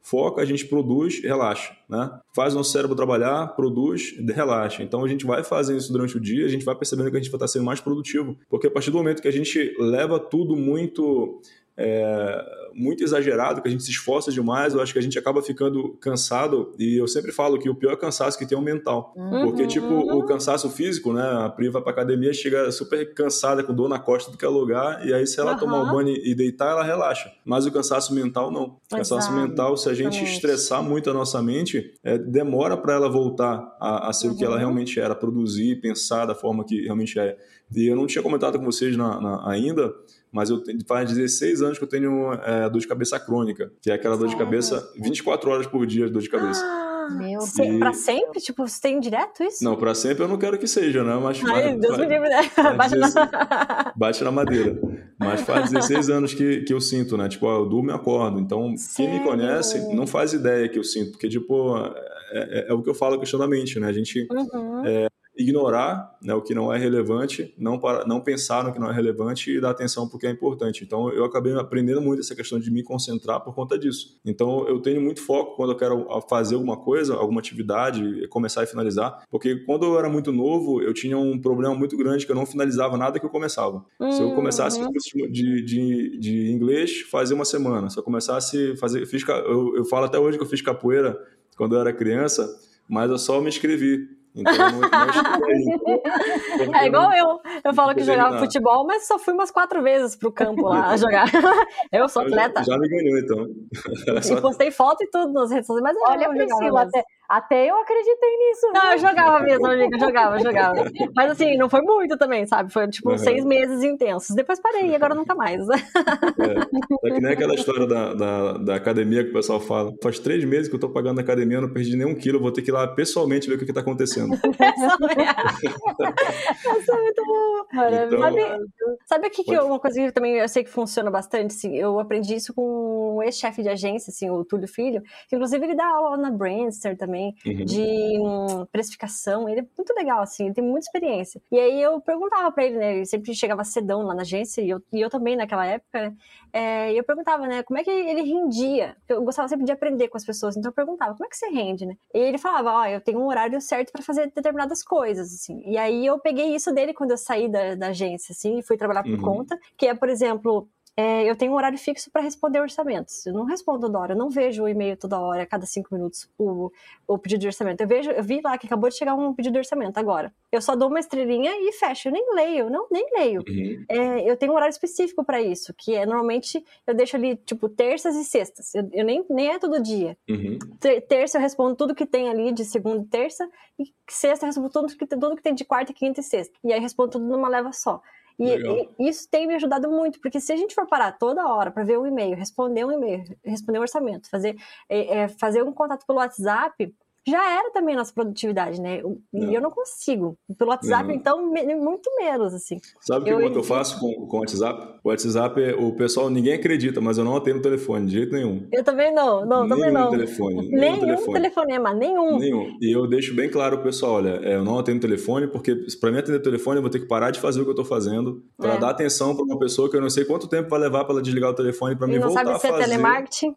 foca, a gente produz, relaxa, né? Faz o nosso cérebro trabalhar, produz, relaxa. Então a gente vai fazendo isso durante o dia, a gente vai percebendo que a gente vai estar sendo mais produtivo, porque a partir do momento que a gente leva tudo muito exagerado, que a gente se esforça demais, eu acho que a gente acaba ficando cansado, e eu sempre falo que o pior cansaço que tem é o mental, porque tipo, o cansaço físico, né, a Pri vai pra academia, chega super cansada, com dor na costa do que é lugar, e aí se ela tomar um banho e deitar, ela relaxa, mas o cansaço mental não. O cansaço mental, se a gente estressar muito a nossa mente, demora para ela voltar a ser o que ela realmente era, produzir, pensar da forma que realmente é. E eu não tinha comentado com vocês ainda, mas faz 16 anos que eu tenho dor de cabeça crônica, que é aquela dor de cabeça 24 horas por dia de dor de cabeça. Meu Deus. Pra sempre? Tipo, você tem direto isso? Não, pra sempre eu não quero que seja, né? Mas Deus me livre, né? Bate na madeira. Mas faz 16 anos que eu sinto, né? Tipo, eu durmo e acordo. Então, quem me conhece não faz ideia que eu sinto, porque, tipo, é o que eu falo questionamento, né? A gente ignorar, né, o que não é relevante, não pensar no que não é relevante e dar atenção para o que é importante. Então, eu acabei aprendendo muito essa questão de me concentrar por conta disso. Então, eu tenho muito foco quando eu quero fazer alguma coisa, alguma atividade, começar e finalizar, porque quando eu era muito novo, eu tinha um problema muito grande que eu não finalizava nada que eu começava. Se eu começasse um curso de inglês, fazia uma semana. Se eu começasse a fazer... Eu falo até hoje que eu fiz capoeira quando eu era criança, mas eu só me inscrevi. Então, é igual eu falo que jogava futebol, mas só fui umas 4 vezes pro campo lá jogar. Eu sou atleta. Já me ganhou, então. E postei foto e tudo nas redes sociais, mas olha, Priscila, até eu acreditei nisso. Não, eu jogava mesmo, amiga, jogava. Mas assim, não foi muito também, sabe? Foi tipo 6 meses intensos. Depois parei e agora nunca mais. É que nem aquela história da academia que o pessoal fala. Faz 3 meses que eu tô pagando na academia, eu não perdi nenhum quilo, vou ter que ir lá pessoalmente ver o que tá acontecendo. Essa é muito boa. Então, sabe aqui que uma coisa que também eu sei que funciona bastante, assim, eu aprendi isso com um ex-chefe de agência, assim, o Túlio Filho, que inclusive ele dá aula na Brandster também, de precificação, ele é muito legal, assim, ele tem muita experiência. E aí eu perguntava pra ele, né, ele sempre chegava cedão lá na agência, e eu também naquela época, né, e eu perguntava, né, como é que ele rendia, eu gostava sempre de aprender com as pessoas, então eu perguntava, como é que você rende, né? E ele falava, eu tenho um horário certo pra fazer determinadas coisas, assim. E aí eu peguei isso dele quando eu saí da agência, assim, e fui trabalhar por conta, que é, por exemplo, eu tenho um horário fixo para responder orçamentos. Eu não respondo toda hora, eu não vejo o e-mail toda hora, a cada 5 minutos, o pedido de orçamento. Eu vi lá que acabou de chegar um pedido de orçamento agora. Eu só dou uma estrelinha e fecho, eu nem leio. Eu tenho um horário específico para isso, que normalmente eu deixo ali, tipo, terças e sextas. Eu nem é todo dia. Terça eu respondo tudo que tem ali de segunda e terça, e sexta eu respondo tudo que tem de quarta, quinta e sexta. E aí eu respondo tudo numa leva só. E isso tem me ajudado muito, porque se a gente for parar toda hora para ver um e-mail, responder um orçamento, fazer um contato pelo WhatsApp, já era também a nossa produtividade, né? E eu não consigo. Pelo WhatsApp, então, muito menos, assim. Sabe o que eu faço com o WhatsApp? O WhatsApp, o pessoal, ninguém acredita, mas eu não atendo o telefone, de jeito nenhum. Eu também não. Nenhum telefonema, nenhum. E eu deixo bem claro pro pessoal, olha, eu não atendo o telefone, porque para mim atender o telefone, eu vou ter que parar de fazer o que eu tô fazendo, para dar atenção para uma pessoa que eu não sei quanto tempo vai levar para ela desligar o telefone para me voltar a fazer. Não sabe se é telemarketing?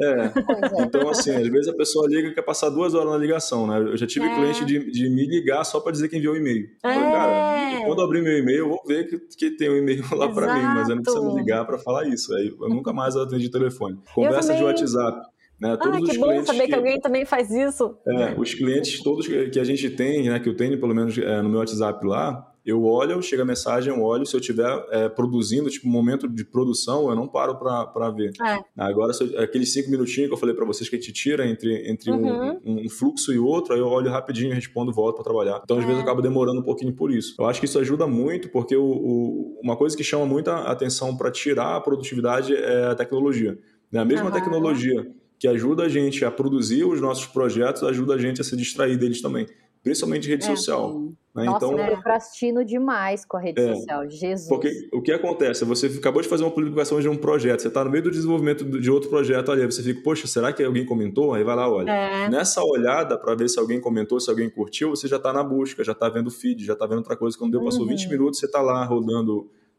Então assim, às vezes a pessoa liga e quer passar 2 horas na ligação, né? Eu já tive cliente de me ligar só para dizer que enviou o e-mail. Cara, quando eu abrir meu e-mail, eu vou ver que tem um e-mail lá para mim, mas eu não preciso me ligar para falar isso. Aí eu nunca mais atendi telefone. Conversa de WhatsApp. Né? Todos que bom saber que alguém também faz isso. Os clientes todos que a gente tem, né, que eu tenho pelo menos no meu WhatsApp lá, eu olho, chega a mensagem, eu olho, se eu estiver produzindo, tipo, um momento de produção, eu não paro para ver. Agora, aqueles 5 minutinhos que eu falei para vocês que a gente tira entre um fluxo e outro, aí eu olho rapidinho, respondo, volto para trabalhar. Então, às vezes, acaba demorando um pouquinho por isso. Eu acho que isso ajuda muito, porque uma coisa que chama muita atenção para tirar a produtividade é a tecnologia. Né? A mesma tecnologia que ajuda a gente a produzir os nossos projetos, ajuda a gente a se distrair deles também. Principalmente rede social. Né? Nossa, então, eu procrastino demais com a rede social. Jesus. Porque o que acontece? Você acabou de fazer uma publicação de um projeto, você está no meio do desenvolvimento de outro projeto ali, você fica, poxa, será que alguém comentou? Aí vai lá, olha. Nessa olhada para ver se alguém comentou, se alguém curtiu, você já está na busca, já está vendo feed, já está vendo outra coisa. Quando passou 20 minutos, você está lá rodando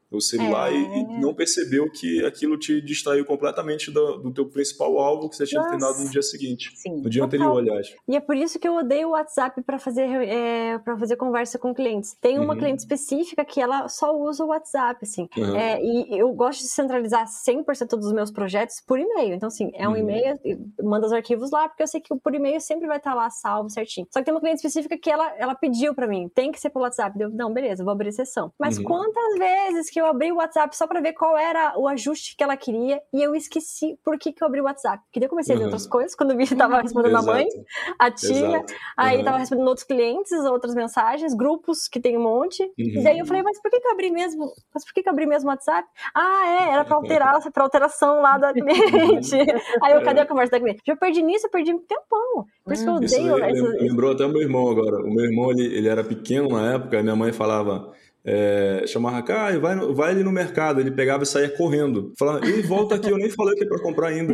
o celular e não percebeu que aquilo te distraiu completamente do teu principal alvo que você tinha treinado no dia seguinte. Sim, no dia anterior, aliás. E é por isso que eu odeio o WhatsApp para fazer conversa com clientes. Tem uma cliente específica que ela só usa o WhatsApp, assim. E eu gosto de centralizar 100% dos meus projetos por e-mail. Então, assim, é um e-mail, manda os arquivos lá, porque eu sei que por e-mail sempre vai estar lá salvo certinho. Só que tem uma cliente específica que ela pediu pra mim, tem que ser pelo WhatsApp. Eu, não, beleza, vou abrir sessão. Mas quantas vezes que eu abri o WhatsApp só pra ver qual era o ajuste que ela queria e eu esqueci por que eu abri o WhatsApp. Porque daí eu comecei a ver outras coisas, quando eu vi, tava respondendo a mãe, a tia, aí tava respondendo outros clientes, outras mensagens, grupos que tem um monte. E daí eu falei, mas por que eu abri mesmo? O WhatsApp? Era pra alteração lá da cliente. Aí eu, cadê a conversa da cliente? Já perdi nisso, eu perdi um tempão. Por isso que eu odeio. Lembrou até o meu irmão agora. O meu irmão, ele era pequeno na época, e minha mãe falava... chamava, Caio, vai ali no mercado. Ele pegava e saía correndo. Falava, ei, volta aqui, eu nem falei que é pra comprar ainda.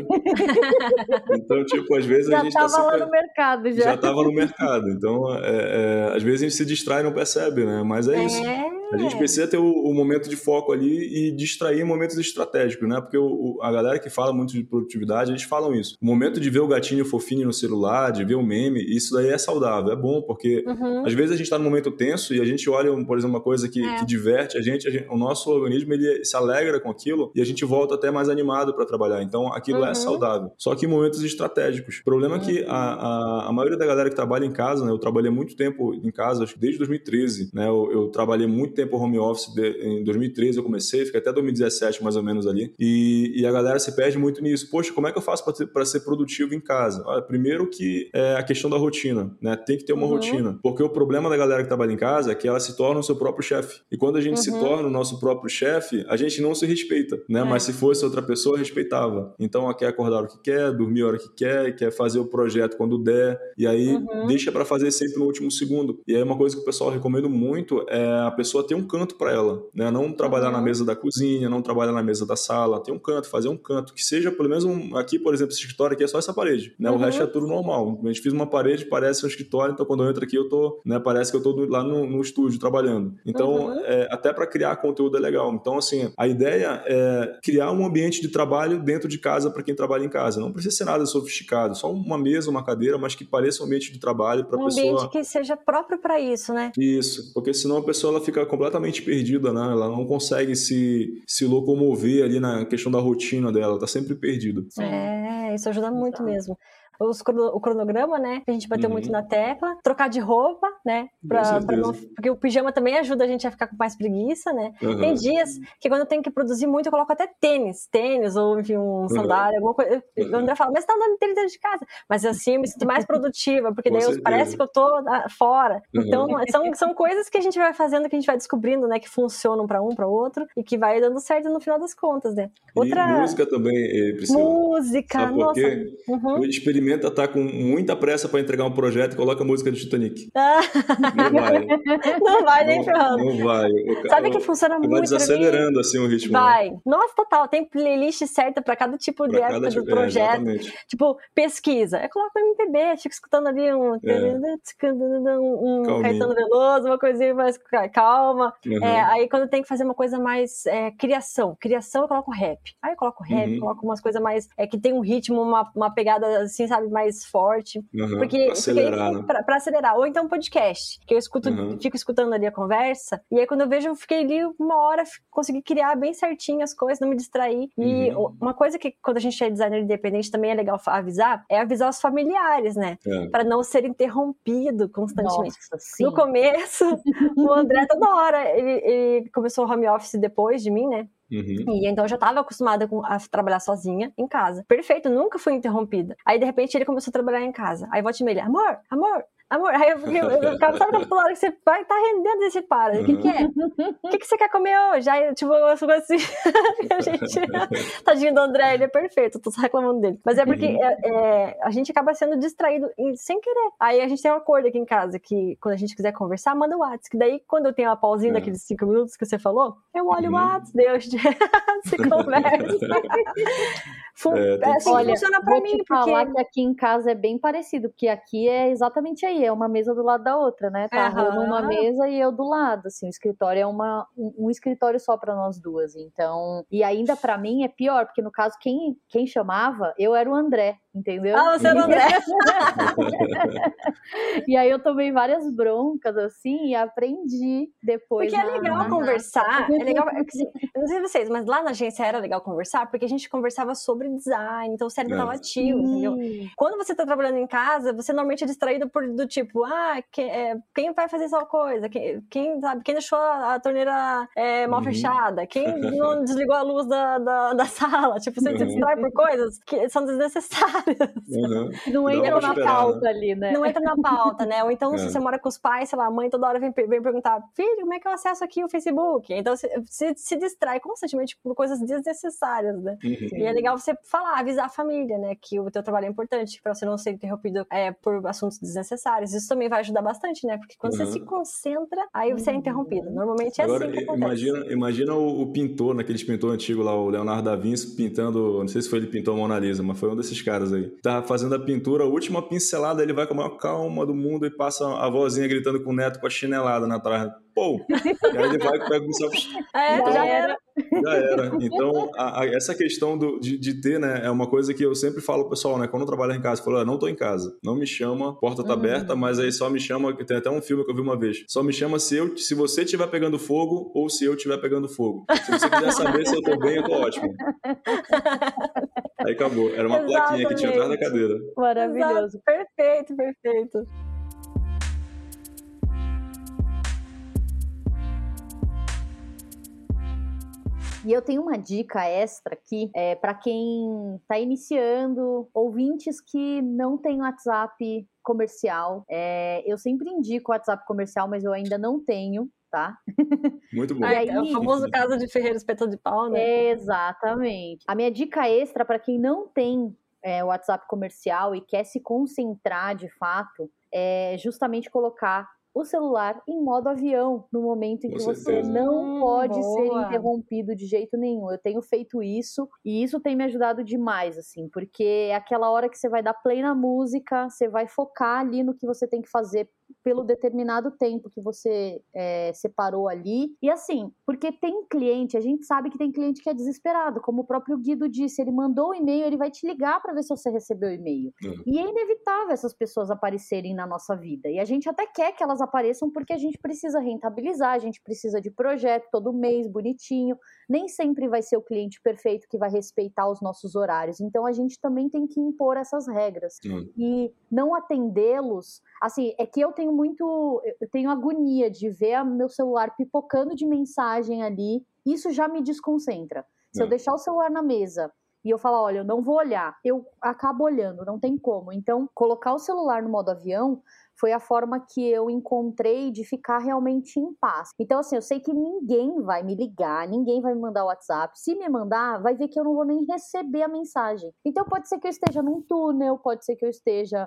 Então, tipo, às vezes a gente já tava lá no mercado. Já tava no mercado. Então, às vezes a gente se distrai e não percebe, né? Mas é isso. A gente precisa ter o momento de foco ali e distrair em momentos estratégicos, né? Porque a galera que fala muito de produtividade, eles falam isso. O momento de ver o gatinho fofinho no celular, de ver o meme, isso daí é saudável, é bom, porque às vezes a gente tá num momento tenso e a gente olha, por exemplo, uma coisa que diverte a gente, o nosso organismo, ele se alegra com aquilo e a gente volta até mais animado para trabalhar. Então, aquilo é saudável. Só que em momentos estratégicos. O problema é que a maioria da galera que trabalha em casa, né? Eu trabalhei muito tempo em casa, acho que desde 2013, né? Eu trabalhei muito tempo home office, em 2013 eu comecei, fiquei até 2017 mais ou menos ali, e a galera se perde muito nisso. Poxa, como é que eu faço para ser produtivo em casa? Olha, primeiro que é a questão da rotina, né? Tem que ter uma rotina, porque o problema da galera que trabalha em casa é que ela se torna o seu próprio chefe, e quando a gente se torna o nosso próprio chefe, a gente não se respeita, né? Mas se fosse outra pessoa, respeitava. Então, ela quer acordar a hora que quer, dormir a hora que quer fazer o projeto quando der, e aí deixa para fazer sempre no último segundo. E aí uma coisa que o pessoal recomenda muito é a pessoa ter um canto para ela, né? Não trabalhar na mesa da cozinha, não trabalhar na mesa da sala, ter um canto, fazer um canto, que seja pelo menos aqui, por exemplo, esse escritório aqui é só essa parede, né? O resto é tudo normal. A gente fez uma parede, parece um escritório, então quando eu entro aqui eu tô, né? Parece que eu tô lá no estúdio trabalhando. Então, até para criar conteúdo é legal. Então, assim, a ideia é criar um ambiente de trabalho dentro de casa para quem trabalha em casa. Não precisa ser nada sofisticado, só uma mesa, uma cadeira, mas que pareça um ambiente de trabalho para a pessoa. Um ambiente que seja próprio para isso, né? Isso, porque senão a pessoa ela fica completamente perdida, né? Ela não consegue se locomover ali na questão da rotina dela, tá sempre perdida. Isso ajuda muito mesmo. O cronograma, né? A gente bateu muito na tecla. Trocar de roupa, né? Porque o pijama também ajuda a gente a ficar com mais preguiça, né? Tem dias que quando eu tenho que produzir muito, eu coloco até tênis ou, enfim, um sandália, alguma coisa. O André fala, mas você tá andando tênis dentro de casa. Mas assim, eu me sinto mais produtiva, porque daí parece que eu tô fora. Então, são coisas que a gente vai fazendo, que a gente vai descobrindo, né? Que funcionam pra um, pra outro, e que vai dando certo no final das contas, né? E música também, Priscila. Música, sabe por quê? Experimenta estar com muita pressa para entregar um projeto e coloca a música do Titanic. Não vai. Não vai nem ferrando. Não vai. Sabe que funciona muito? Vai desacelerando assim o ritmo. Vai. Né? Nossa, total. Tem playlist certa para cada tipo de época do projeto. Tipo, pesquisa. Eu coloco MPB, fico escutando ali um Caetano Veloso, uma coisinha mais calma. Aí quando tem que fazer uma coisa mais criação eu coloco rap. Aí eu coloco rap, coloco umas coisas mais que tem um ritmo, uma pegada assim, sabe, mais forte. Porque pra acelerar. Ou então podcast, que eu fico escutando ali a conversa, e aí quando eu vejo, eu fiquei ali uma hora, consegui criar bem certinho as coisas, não me distrair. E uma coisa que quando a gente é designer independente também é legal avisar, é avisar os familiares, né? Pra não ser interrompido constantemente. Nossa, no começo, o André toda hora, ele começou o home office depois de mim, né? E então eu já estava acostumada a trabalhar sozinha em casa. Perfeito, nunca fui interrompida. Aí de repente ele começou a trabalhar em casa. Aí volta e meia, amor. Aí eu ficava, sabe aquela hora que você vai, tá rendendo e você para. O que é? O que você quer comer hoje? Aí, tipo, eu fico assim, a gente, tadinho do André, ele é perfeito, eu tô só reclamando dele. Mas é porque a gente acaba sendo distraído sem querer. Aí a gente tem um acordo aqui em casa, que quando a gente quiser conversar, manda o WhatsApp, que daí quando eu tenho a pausinha daqueles 5 minutos que você falou, eu olho o WhatsApp, daí a gente se conversa. Olha, funciona pra mim, porque falar que aqui em casa é bem parecido, porque aqui é exatamente aí, é uma mesa do lado da outra, né? Tá numa mesa e eu do lado, assim, o escritório é um escritório só para nós duas, então, e ainda para mim é pior, porque no caso, quem chamava, eu era o André, entendeu? Você era o André. E aí eu tomei várias broncas, assim, e aprendi depois. Porque é legal conversar, é legal, eu não sei vocês, mas lá na agência era legal conversar, porque a gente conversava sobre design, então o cérebro estava ativo, entendeu? Quando você tá trabalhando em casa, você normalmente é distraído do tipo, quem vai fazer tal coisa? Quem deixou a torneira mal fechada? Quem não desligou a luz da sala? Tipo, você se distrai por coisas que são desnecessárias. Não entra na pauta ali, né? Não entra na pauta, né? Ou então, se você mora com os pais, sei lá, a mãe toda hora vem perguntar, filho, como é que eu acesso aqui o Facebook? Então, você se distrai constantemente por coisas desnecessárias, né? E é legal você avisar a família, né? Que o teu trabalho é importante, pra você não ser interrompido por assuntos desnecessários. Isso também vai ajudar bastante, né? Porque quando você se concentra, aí você é interrompido. Normalmente é Agora, assim que acontece. Imagina o pintor, naqueles pintor antigo lá, o Leonardo da Vinci, pintando, não sei se foi ele que pintou a Mona Lisa, mas foi um desses caras aí. Tá fazendo a pintura, a última pincelada, ele vai com a maior calma do mundo e passa a vozinha gritando com o neto com a chinelada na trás. Pô! E aí ele vai e pega o pincel. Então, já era. Então, essa questão de ter, né, é uma coisa que eu sempre falo pro pessoal, né, quando eu trabalho em casa, eu falo, não tô em casa, não me chama, a porta tá aberta, mas aí só me chama, tem até um filme que eu vi uma vez, só me chama se você estiver pegando fogo ou se eu estiver pegando fogo. Se você quiser saber se eu tô bem, eu tô ótimo. Aí acabou. Era uma plaquinha que tinha atrás da cadeira. Maravilhoso. Exato. Perfeito. E eu tenho uma dica extra aqui, para quem está iniciando, ouvintes que não têm WhatsApp comercial. Eu sempre indico o WhatsApp comercial, mas eu ainda não tenho, tá? Muito bom. É o famoso caso de Ferreira Espeto de Pau, né? Exatamente. A minha dica extra para quem não tem o WhatsApp comercial e quer se concentrar de fato, é justamente colocar o celular em modo avião, no momento em que você não pode ser interrompido de jeito nenhum. Eu tenho feito isso, e isso tem me ajudado demais, assim, porque é aquela hora que você vai dar play na música, você vai focar ali no que você tem que fazer pelo determinado tempo que você separou ali. E assim, porque tem cliente, a gente sabe que tem cliente que é desesperado, como o próprio Guido disse, ele mandou o e-mail, ele vai te ligar para ver se você recebeu o e-mail. E é inevitável essas pessoas aparecerem na nossa vida. E a gente até quer que elas apareçam porque a gente precisa rentabilizar, a gente precisa de projeto todo mês, bonitinho. Nem sempre vai ser o cliente perfeito que vai respeitar os nossos horários. Então a gente também tem que impor essas regras. E não atendê-los, assim, é que eu tenho agonia de ver meu celular pipocando de mensagem ali, isso já me desconcentra. Se eu deixar o celular na mesa e eu falar, olha, eu não vou olhar, eu acabo olhando, não tem como. Então, colocar o celular no modo avião foi a forma que eu encontrei de ficar realmente em paz. Então, assim, eu sei que ninguém vai me ligar, ninguém vai me mandar o WhatsApp. Se me mandar, vai ver que eu não vou nem receber a mensagem. Então, pode ser que eu esteja num túnel, pode ser que eu esteja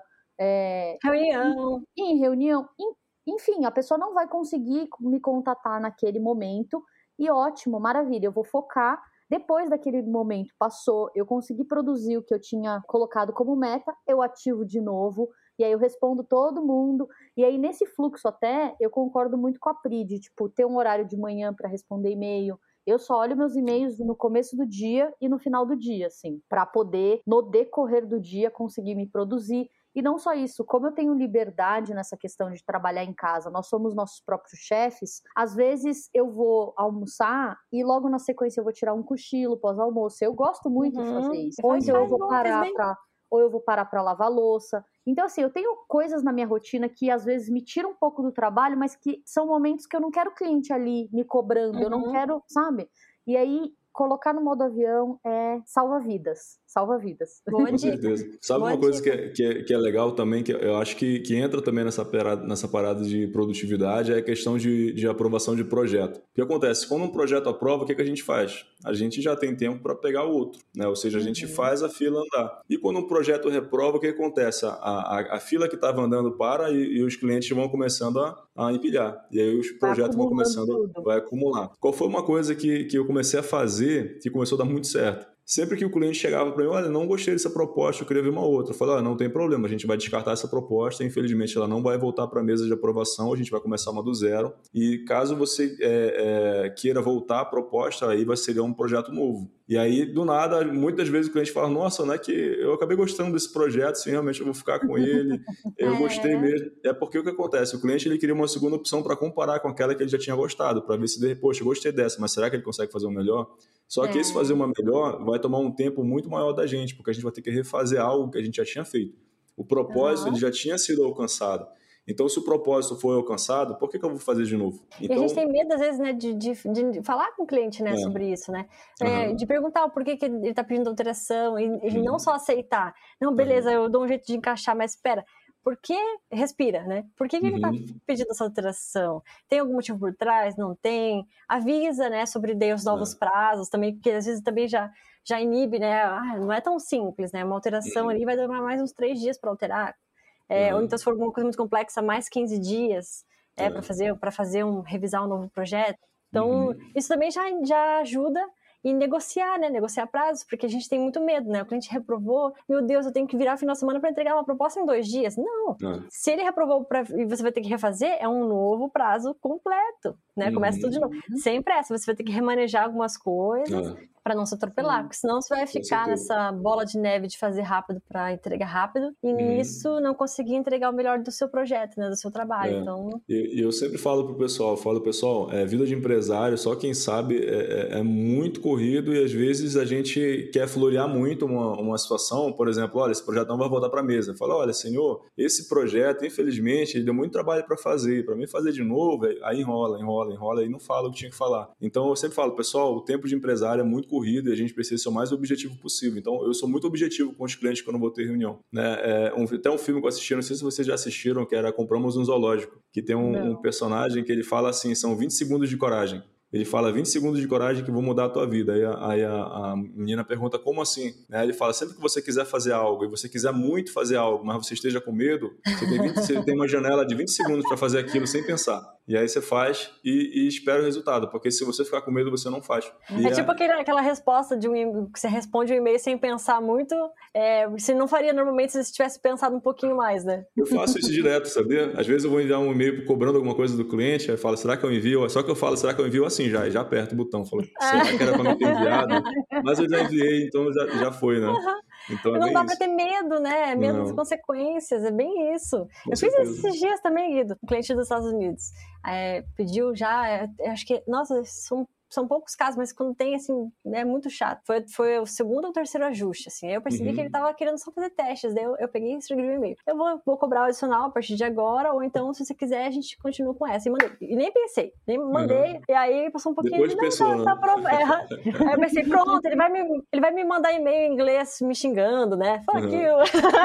em reunião. Enfim, a pessoa não vai conseguir me contatar naquele momento. E ótimo, maravilha, eu vou focar. Depois daquele momento passou, eu consegui produzir o que eu tinha colocado como meta, eu ativo de novo, e aí eu respondo todo mundo. E aí nesse fluxo até, eu concordo muito com a Pri, de tipo, ter um horário de manhã para responder e-mail. Eu só olho meus e-mails no começo do dia e no final do dia, assim, para poder, no decorrer do dia, conseguir me produzir. E não só isso, como eu tenho liberdade nessa questão de trabalhar em casa, nós somos nossos próprios chefes, às vezes eu vou almoçar e logo na sequência eu vou tirar um cochilo pós-almoço. Eu gosto muito de fazer isso. Ou então eu vou parar para lavar louça. Então, assim, eu tenho coisas na minha rotina que às vezes me tiram um pouco do trabalho, mas que são momentos que eu não quero o cliente ali me cobrando, eu não quero, sabe? E aí, colocar no modo avião salva vidas. Salva vidas. Com certeza. Sabe uma coisa que é legal também, que eu acho que entra também nessa parada de produtividade, é a questão de aprovação de projeto. O que acontece? Quando um projeto aprova, o que a gente faz? A gente já tem tempo para pegar o outro, né? Ou seja, a gente faz a fila andar. E quando um projeto reprova, o que acontece? A fila que estava andando para e os clientes vão começando a empilhar. E aí os projetos vão começando a acumular. Qual foi uma coisa que eu comecei a fazer que começou a dar muito certo? Sempre que o cliente chegava para mim, olha, não gostei dessa proposta, eu queria ver uma outra. Eu falei, não tem problema, a gente vai descartar essa proposta, infelizmente ela não vai voltar para a mesa de aprovação, a gente vai começar uma do zero. E caso você queira voltar à proposta, aí vai ser um projeto novo. E aí, do nada, muitas vezes o cliente fala, nossa, não é que eu acabei gostando desse projeto, sim, realmente eu vou ficar com ele, eu gostei mesmo. É porque o que acontece? O cliente ele queria uma segunda opção para comparar com aquela que ele já tinha gostado, para ver se, poxa, eu gostei dessa, mas será que ele consegue fazer o melhor? Só que esse fazer uma melhor vai tomar um tempo muito maior da gente, porque a gente vai ter que refazer algo que a gente já tinha feito. O propósito ele já tinha sido alcançado. Então, se o propósito foi alcançado, por que eu vou fazer de novo? Então, e a gente tem medo, às vezes, né, de falar com o cliente, né, sobre isso, né? De perguntar o porquê que ele está pedindo alteração e não só aceitar. Não, beleza, eu dou um jeito de encaixar, mas espera. Por que respira, né? Por que ele está pedindo essa alteração? Tem algum motivo por trás? Não tem? Avisa, né, sobre os novos prazos também, porque às vezes também já inibe, né? Não é tão simples, né? Uma alteração ali vai demorar mais uns 3 dias para alterar. Ou então, se for alguma coisa muito complexa, mais 15 dias para revisar um novo projeto. Então, isso também já ajuda em negociar, né? Negociar prazos, porque a gente tem muito medo, né? O cliente reprovou, meu Deus, eu tenho que virar final de semana para entregar uma proposta em 2 dias. Não. Se ele reprovou e você vai ter que refazer, é um novo prazo completo, né? Começa tudo de novo. Sem pressa, você vai ter que remanejar algumas coisas para não se atropelar, porque senão você vai ficar nessa bola de neve de fazer rápido para entregar rápido e nisso não conseguir entregar o melhor do seu projeto, né? Do seu trabalho. Então... E eu sempre falo pro pessoal, vida de empresário, só quem sabe é muito corrido e às vezes a gente quer florear muito uma situação, por exemplo, olha, esse projeto não vai voltar para a mesa. Fala, olha, senhor, esse projeto, infelizmente, ele deu muito trabalho para fazer, para mim fazer de novo, aí enrola e não fala o que tinha que falar. Então eu sempre falo, pessoal, o tempo de empresário é muito corrido e a gente precisa ser o mais objetivo possível. Então eu sou muito objetivo com os clientes quando eu vou ter reunião, né? Até um filme que eu assisti, não sei se vocês já assistiram, que era Compramos um Zoológico, que tem um personagem que ele fala assim, são 20 segundos de coragem. Ele fala 20 segundos de coragem que vão mudar a tua vida. Aí a menina pergunta, como assim? Ele fala, sempre que você quiser fazer algo e você quiser muito fazer algo, mas você esteja com medo, você tem uma janela de 20 segundos para fazer aquilo sem pensar. E aí você faz e espera o resultado, porque se você ficar com medo, você não faz. Tipo aquela resposta que você responde um e-mail sem pensar muito, você não faria normalmente se você tivesse pensado um pouquinho mais, né? Eu faço isso direto, sabia? Às vezes eu vou enviar um e-mail cobrando alguma coisa do cliente, aí eu falo, será que eu envio? Só que eu falo, será que eu envio assim já aperto o botão, falo, será que era para me ter enviado? Mas eu já enviei, então já foi, né? Então não dá para ter medo, né? Medo das consequências, é bem isso. Eu fiz isso esses dias também, Guido, um cliente dos Estados Unidos. Pediu já, acho que, nossa, são poucos casos, mas quando tem, assim, é muito chato. Foi o segundo ou terceiro ajuste, assim. Aí eu percebi que ele tava querendo só fazer testes. Daí eu peguei e escrevi um e-mail. Eu vou cobrar o adicional a partir de agora, ou então, se você quiser, a gente continua com essa. E mandei. E nem pensei. Nem mandei. E aí passou um pouquinho. Depois pensou, tá aí eu pensei, pronto, ele vai me mandar e-mail em inglês me xingando, né? Fuck you.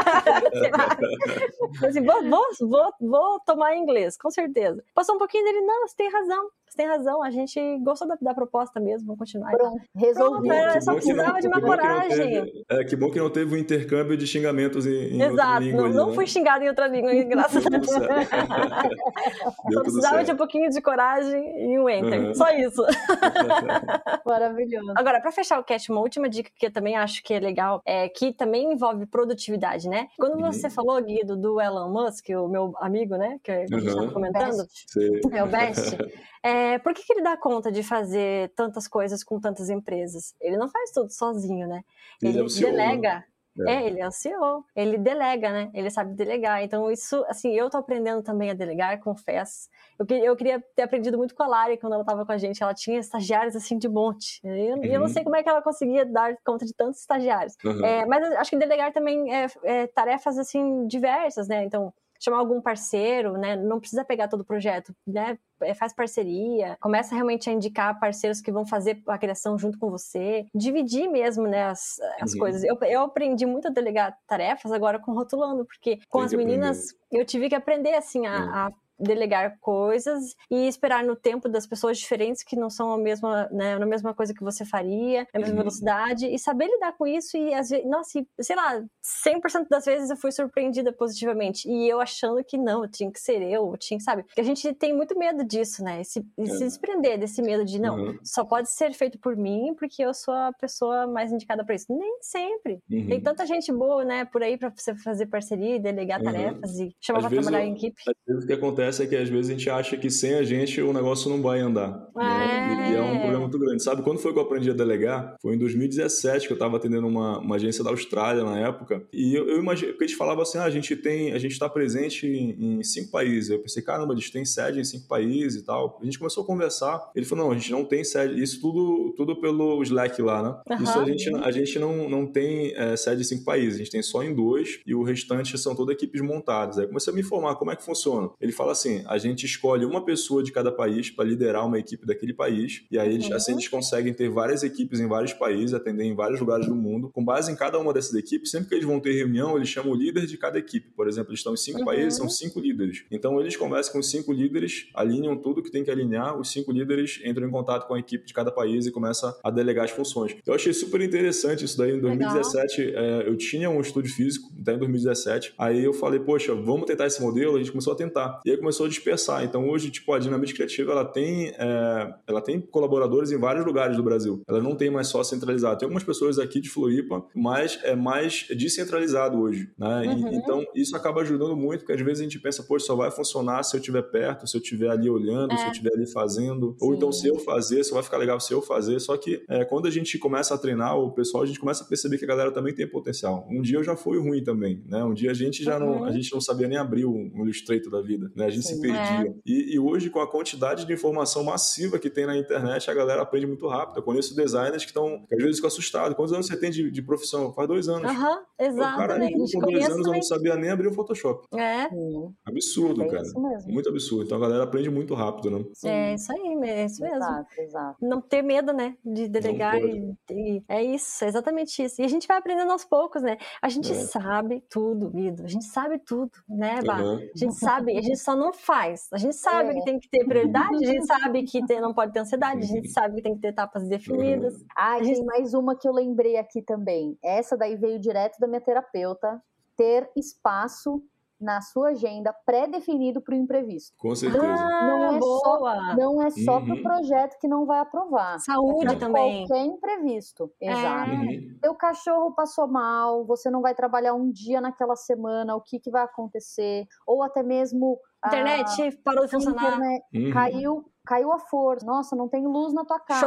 Assim, vou tomar em inglês, com certeza. Passou um pouquinho dele, não, você tem razão, a gente gostou da proposta mesmo, vamos continuar. Pronto, resolvido. Só precisava de uma coragem. Que bom que não teve um intercâmbio de xingamentos em outra língua. Exato, não fui xingada em outra língua, graças a Deus. Só precisava de um pouquinho de coragem e um enter, só isso. Maravilhoso. Agora, para fechar o cast, uma última dica que eu também acho que é legal, que também envolve produtividade, né? Quando você falou, Guido, do Elon Musk, o meu amigo, né, que a gente estava comentando, o Best, por que ele dá conta de fazer tantas coisas com tantas empresas? Ele não faz tudo sozinho, né? Ele delega. Ele é o CEO, ele delega, né? Ele sabe delegar. Então, isso, assim, eu tô aprendendo também a delegar, confesso. Eu queria ter aprendido muito com a Lari quando ela tava com a gente. Ela tinha estagiários, assim, de monte. Eu não sei como é que ela conseguia dar conta de tantos estagiários. Mas acho que delegar também é tarefas, assim, diversas, né? Então, chamar algum parceiro, né? Não precisa pegar todo o projeto, né? Faz parceria, começa realmente a indicar parceiros que vão fazer a criação junto com você, dividir mesmo, né, as coisas. Eu aprendi muito a delegar tarefas agora com Rotulando, porque com as meninas eu tive que aprender, assim, a delegar coisas e esperar no tempo das pessoas diferentes que não são a mesma, né, a mesma coisa que você faria, a mesma velocidade, e saber lidar com isso e às vezes, nossa, sei lá, 100% das vezes eu fui surpreendida positivamente, e eu achando que não, tinha que ser eu tinha que, sabe? Porque a gente tem muito medo disso, né? Se desprender desse medo de, não, só pode ser feito por mim porque eu sou a pessoa mais indicada para isso. Nem sempre. Tem tanta gente boa, né, por aí pra você fazer parceria, delegar tarefas e chamar pra trabalhar em equipe. Às vezes o que acontece é que às vezes a gente acha que sem a gente o negócio não vai andar. Né? E é um problema muito grande. Sabe quando foi que eu aprendi a delegar? Foi em 2017 que eu estava atendendo uma agência da Austrália na época. E eu imaginei, porque eles falavam assim, a gente está presente em 5 países. Eu pensei, caramba, eles têm sede em 5 países e tal. A gente começou a conversar. Ele falou, não, a gente não tem sede. Isso tudo pelo Slack lá, né? Isso a gente não tem sede em 5 países. A gente tem só em 2 e o restante são todas equipes montadas. Aí eu comecei a me informar como é que funciona. Ele fala assim, a gente escolhe uma pessoa de cada país para liderar uma equipe daquele país, e aí assim eles conseguem ter várias equipes em vários países, atender em vários lugares do mundo. Com base em cada uma dessas equipes, sempre que eles vão ter reunião, eles chamam o líder de cada equipe. Por exemplo, eles estão em 5 países, são 5 líderes. Então eles conversam com os 5 líderes, alinham tudo que tem que alinhar, os 5 líderes entram em contato com a equipe de cada país e começam a delegar as funções. Eu achei super interessante isso daí. Em 2017, eu tinha um estúdio físico, até em 2017. Aí eu falei, poxa, vamos tentar esse modelo? A gente começou a tentar. E aí começou a dispersar. Então hoje, tipo, a Dinamite Criativa, ela tem colaboradores em vários lugares do Brasil. Ela não tem mais só centralizado. Tem algumas pessoas aqui de Floripa, mas é mais descentralizado hoje, né? Então isso acaba ajudando muito, porque às vezes a gente pensa, poxa, só vai funcionar se eu estiver perto, se eu estiver ali olhando, se eu estiver ali fazendo. Ou então se eu fazer, só vai ficar legal se eu fazer. Só que quando a gente começa a treinar o pessoal, a gente começa a perceber que a galera também tem potencial. Um dia eu já fui ruim também, né? Um dia a gente já não sabia nem abrir um Illustrator da vida, né? A gente se perdia. E hoje, com a quantidade de informação massiva que tem na internet, a galera aprende muito rápido. Eu conheço designers que às vezes ficam assustados. Quantos anos você tem de profissão? Faz 2 anos. Exatamente. Cara, com 2 anos eu não sabia nem abrir o Photoshop. Absurdo, cara. Isso mesmo. Muito absurdo. Então a galera aprende muito rápido, né? É isso aí, é isso mesmo. Exato. Não ter medo, né, de delegar e é isso, é exatamente isso. E a gente vai aprendendo aos poucos, né? A gente sabe tudo, Guido. A gente sabe tudo, né, Bá? A gente sabe, a gente só não faz. A gente sabe que tem que ter prioridade, a gente sabe que não pode ter ansiedade, a gente sabe que tem que ter etapas definidas. Tem mais uma que eu lembrei aqui também. Essa daí veio direto da minha terapeuta. Ter espaço na sua agenda pré-definido para o imprevisto. Com certeza. Não é só para o projeto que não vai aprovar. Saúde também. Qualquer imprevisto. Exato. Teu cachorro passou mal, você não vai trabalhar um dia naquela semana, o que vai acontecer? Ou até mesmo... Internet parou de funcionar. Caiu a força. Nossa, não tem luz na tua casa.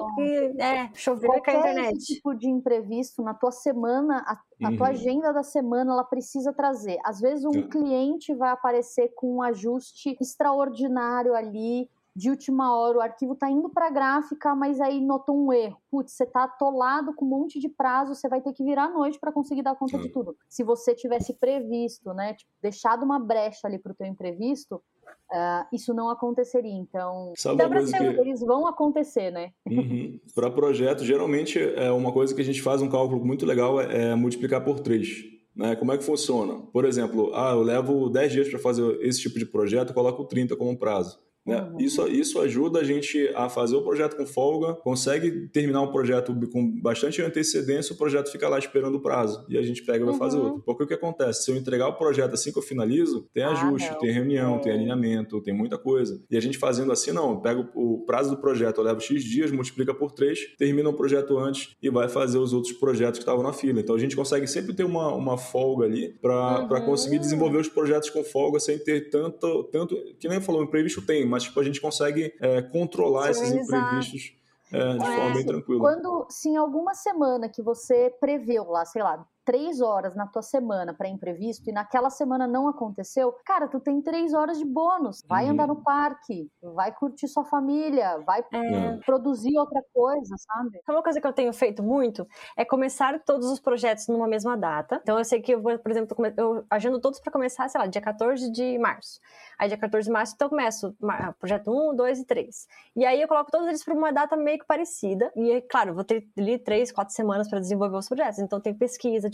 Choveu e caiu a internet. Esse tipo de imprevisto na tua semana, a tua agenda da semana, ela precisa trazer. Às vezes um cliente vai aparecer com um ajuste extraordinário ali, de última hora, o arquivo tá indo para gráfica, mas aí notou um erro. Putz, você tá atolado com um monte de prazo, você vai ter que virar à noite para conseguir dar conta de tudo. Se você tivesse previsto, né, deixado uma brecha ali pro teu imprevisto, isso não aconteceria. Então, eles vão acontecer, né? Para projeto, geralmente é uma coisa que a gente faz um cálculo muito legal, é multiplicar por 3. Né? Como é que funciona? Por exemplo, eu levo 10 dias para fazer esse tipo de projeto, eu coloco 30 como prazo. Né? Isso ajuda a gente a fazer o projeto com folga, consegue terminar um projeto com bastante antecedência, o projeto fica lá esperando o prazo e a gente pega e vai fazer outro. Porque o que acontece? Se eu entregar o projeto assim que eu finalizo, tem ajuste, tem reunião, tem alinhamento, tem muita coisa. E a gente fazendo assim, não, eu pego o prazo do projeto, eu levo X dias, multiplica por 3, termina o projeto antes e vai fazer os outros projetos que estavam na fila. Então a gente consegue sempre ter uma folga ali para conseguir desenvolver os projetos com folga sem ter tanto que nem falou, imprevisto tem, mas tipo, a gente consegue controlar esses imprevistos de forma bem tranquila. Se em alguma semana que você preveu lá, sei lá, 3 horas na tua semana para imprevisto e naquela semana não aconteceu, cara, tu tem 3 horas de bônus. Vai andar no parque, vai curtir sua família, vai produzir outra coisa, sabe? Uma coisa que eu tenho feito muito é começar todos os projetos numa mesma data. Então eu sei que eu vou, por exemplo, eu agendo todos para começar, sei lá, dia 14 de março. Aí dia 14 de março, então eu começo projeto 1, 2 e 3. E aí eu coloco todos eles para uma data meio que parecida. E, claro, eu vou ter ali 3, 4 semanas para desenvolver os projetos. Então tem pesquisa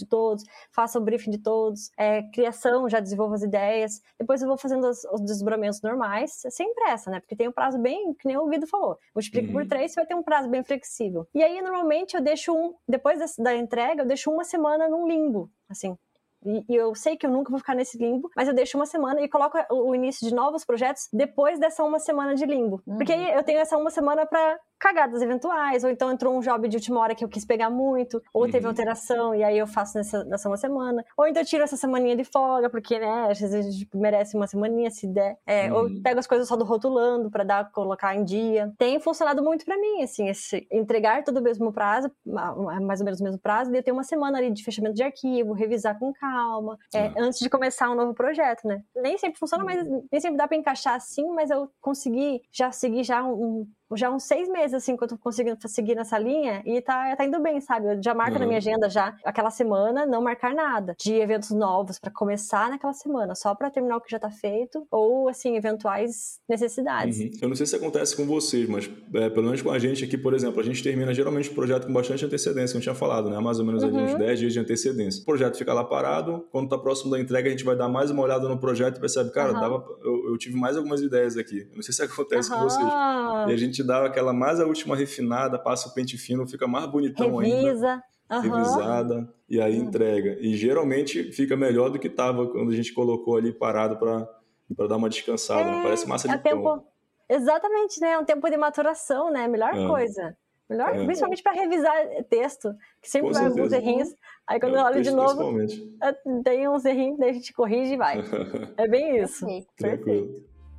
de todos, faço o briefing de todos, criação, já desenvolvo as ideias, depois eu vou fazendo os desdobramentos normais, sem pressa, né? Porque tem um prazo bem, que nem o Guido falou, multiplica por 3, você vai ter um prazo bem flexível. E aí, normalmente, eu deixo depois da entrega, eu deixo uma semana num limbo, assim. E eu sei que eu nunca vou ficar nesse limbo, mas eu deixo uma semana e coloco o início de novos projetos depois dessa uma semana de limbo. Porque aí eu tenho essa uma semana pra cagadas eventuais, ou então entrou um job de última hora que eu quis pegar muito, ou teve alteração, e aí eu faço nessa uma semana. Ou então eu tiro essa semaninha de folga, porque, né, às vezes a gente merece uma semaninha, se der. Ou pego as coisas só do rotulando pra colocar em dia. Tem funcionado muito pra mim, assim, entregar tudo o mesmo prazo, mais ou menos o mesmo prazo, e eu ter uma semana ali de fechamento de arquivo, revisar com calma, antes de começar um novo projeto, né? Nem sempre funciona, mas nem sempre dá pra encaixar assim, mas eu consegui seguir uns 6 meses, assim, que eu tô conseguindo seguir nessa linha e tá indo bem, sabe? Eu já marco na minha agenda já aquela semana, não marcar nada de eventos novos pra começar naquela semana, só pra terminar o que já tá feito ou, assim, eventuais necessidades. Eu não sei se acontece com vocês, mas pelo menos com a gente aqui, por exemplo, a gente termina geralmente o projeto com bastante antecedência, que eu tinha falado, né? Mais ou menos ali uns 10 dias de antecedência. O projeto fica lá parado, quando tá próximo da entrega a gente vai dar mais uma olhada no projeto e percebe, cara, eu tive mais algumas ideias aqui. Eu não sei se acontece com vocês. E a gente dá aquela mais a última refinada, passa o pente fino, fica mais bonitão ainda. Revisada, e aí entrega. E geralmente fica melhor do que estava quando a gente colocou ali parado para dar uma descansada. Né? Parece massa de pão. Exatamente, né? É um tempo de maturação, né? Melhor coisa. Principalmente para revisar texto, que sempre vai alguns errinhos. Aí quando eu olho de novo, tem uns errinhos, daí a gente corrige e vai. É bem isso. Perfeito.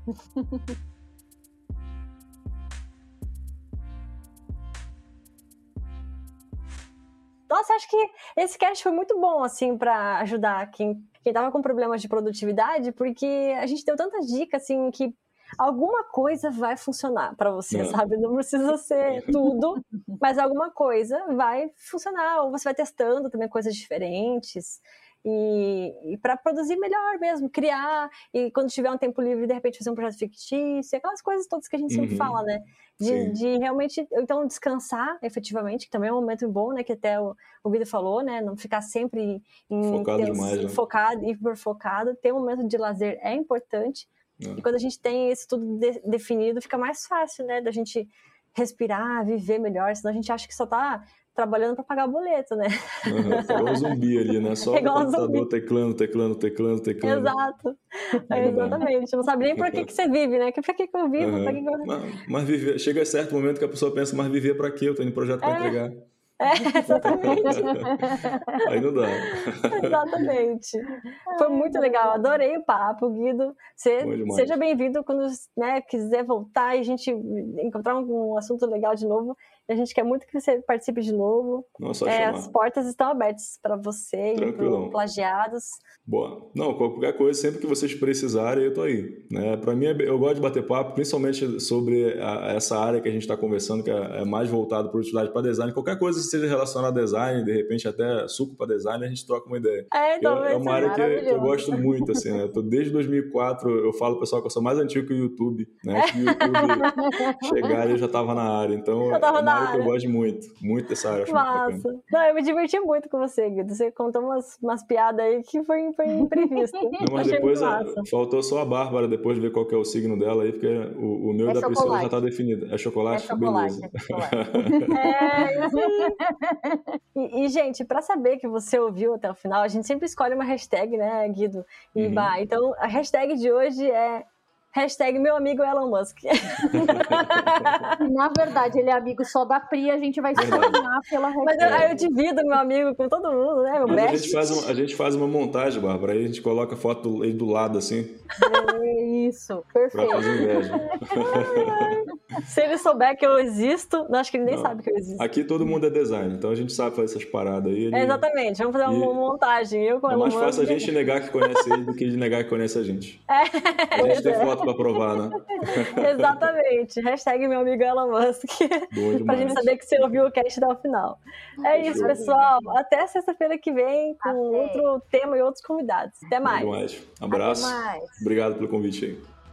Nossa, acho que esse cast foi muito bom, assim, para ajudar quem tava com problemas de produtividade, porque a gente deu tantas dicas, assim, que alguma coisa vai funcionar para você, sabe? Não precisa ser tudo, mas alguma coisa vai funcionar, ou você vai testando também coisas diferentes. E para produzir melhor mesmo, criar, e quando tiver um tempo livre, de repente fazer um projeto fictício, aquelas coisas todas que a gente sempre fala, né? De realmente, então, descansar efetivamente, que também é um momento bom, né? Que até o Guido falou, né? Não ficar sempre hiperfocado, ter um momento de lazer é importante. E quando a gente tem isso tudo definido, fica mais fácil, né? Da gente respirar, viver melhor, senão a gente acha que só tá trabalhando para pagar o boleto, né? É igual um zumbi ali, né? Só o computador teclando. Exato. Exatamente. Não sabe nem por que você vive, né? Pra que eu vivo? Pra que eu... Mas viver... Chega a certo momento que a pessoa pensa, mas viver pra quê? Eu tô indo projeto pra entregar. Exatamente. Aí não dá. Exatamente. Foi muito legal, adorei o papo, Guido. Seja bem-vindo quando quiser voltar e a gente encontrar um assunto legal de novo. A gente quer muito que você participe de novo. Nossa, as portas estão abertas para você e para os plagiados. Boa. Não, qualquer coisa, sempre que vocês precisarem, eu tô aí. Né? Para mim, eu gosto de bater papo, principalmente sobre essa área que a gente está conversando, que é mais voltado para produtividade para design. Qualquer coisa que seja relacionada a design, de repente até suco para design, a gente troca uma ideia. É uma área que eu gosto muito, assim, né? Desde 2004, eu falo pro pessoal que eu sou mais antigo que o YouTube, né? Que o YouTube chegar, eu já estava na área. Então, é uma área que eu gosto muito dessa área. Acho muito bacana. Não, eu me diverti muito com você, Guido. Você contou umas piadas aí que foi imprevisto. Não, mas depois faltou só a Bárbara, depois de ver qual que é o signo dela aí, porque o meu e da Priscila já tá definido. É chocolate? É chocolate, beleza. É chocolate. E, gente, pra saber que você ouviu até o final, a gente sempre escolhe uma hashtag, né, Guido? E então, a hashtag de hoje é #meu amigo Elon Musk. Na verdade, ele é amigo só da Pri, a gente vai se tornar pela hashtag. Mas eu divido meu amigo com todo mundo, né? Meu best. A gente faz uma montagem, Bárbara, aí a gente coloca a foto aí do lado, assim. Isso, perfeito. Pra fazer inveja. Se ele souber que eu existo, acho que ele nem sabe que eu existo. Aqui todo mundo é designer, então a gente sabe fazer essas paradas aí. Exatamente, vamos fazer uma montagem. Eu com é mais fácil a gente negar que conhece ele do que de negar que conhece a gente. A gente tem foto pra provar, né? Exatamente. #meu amigo Elon Musk. Pra gente saber que você ouviu o cast até o final. É isso, pessoal. Até sexta-feira que vem com outro tema e outros convidados. Até mais. Abraço. Obrigado pelo convite aí.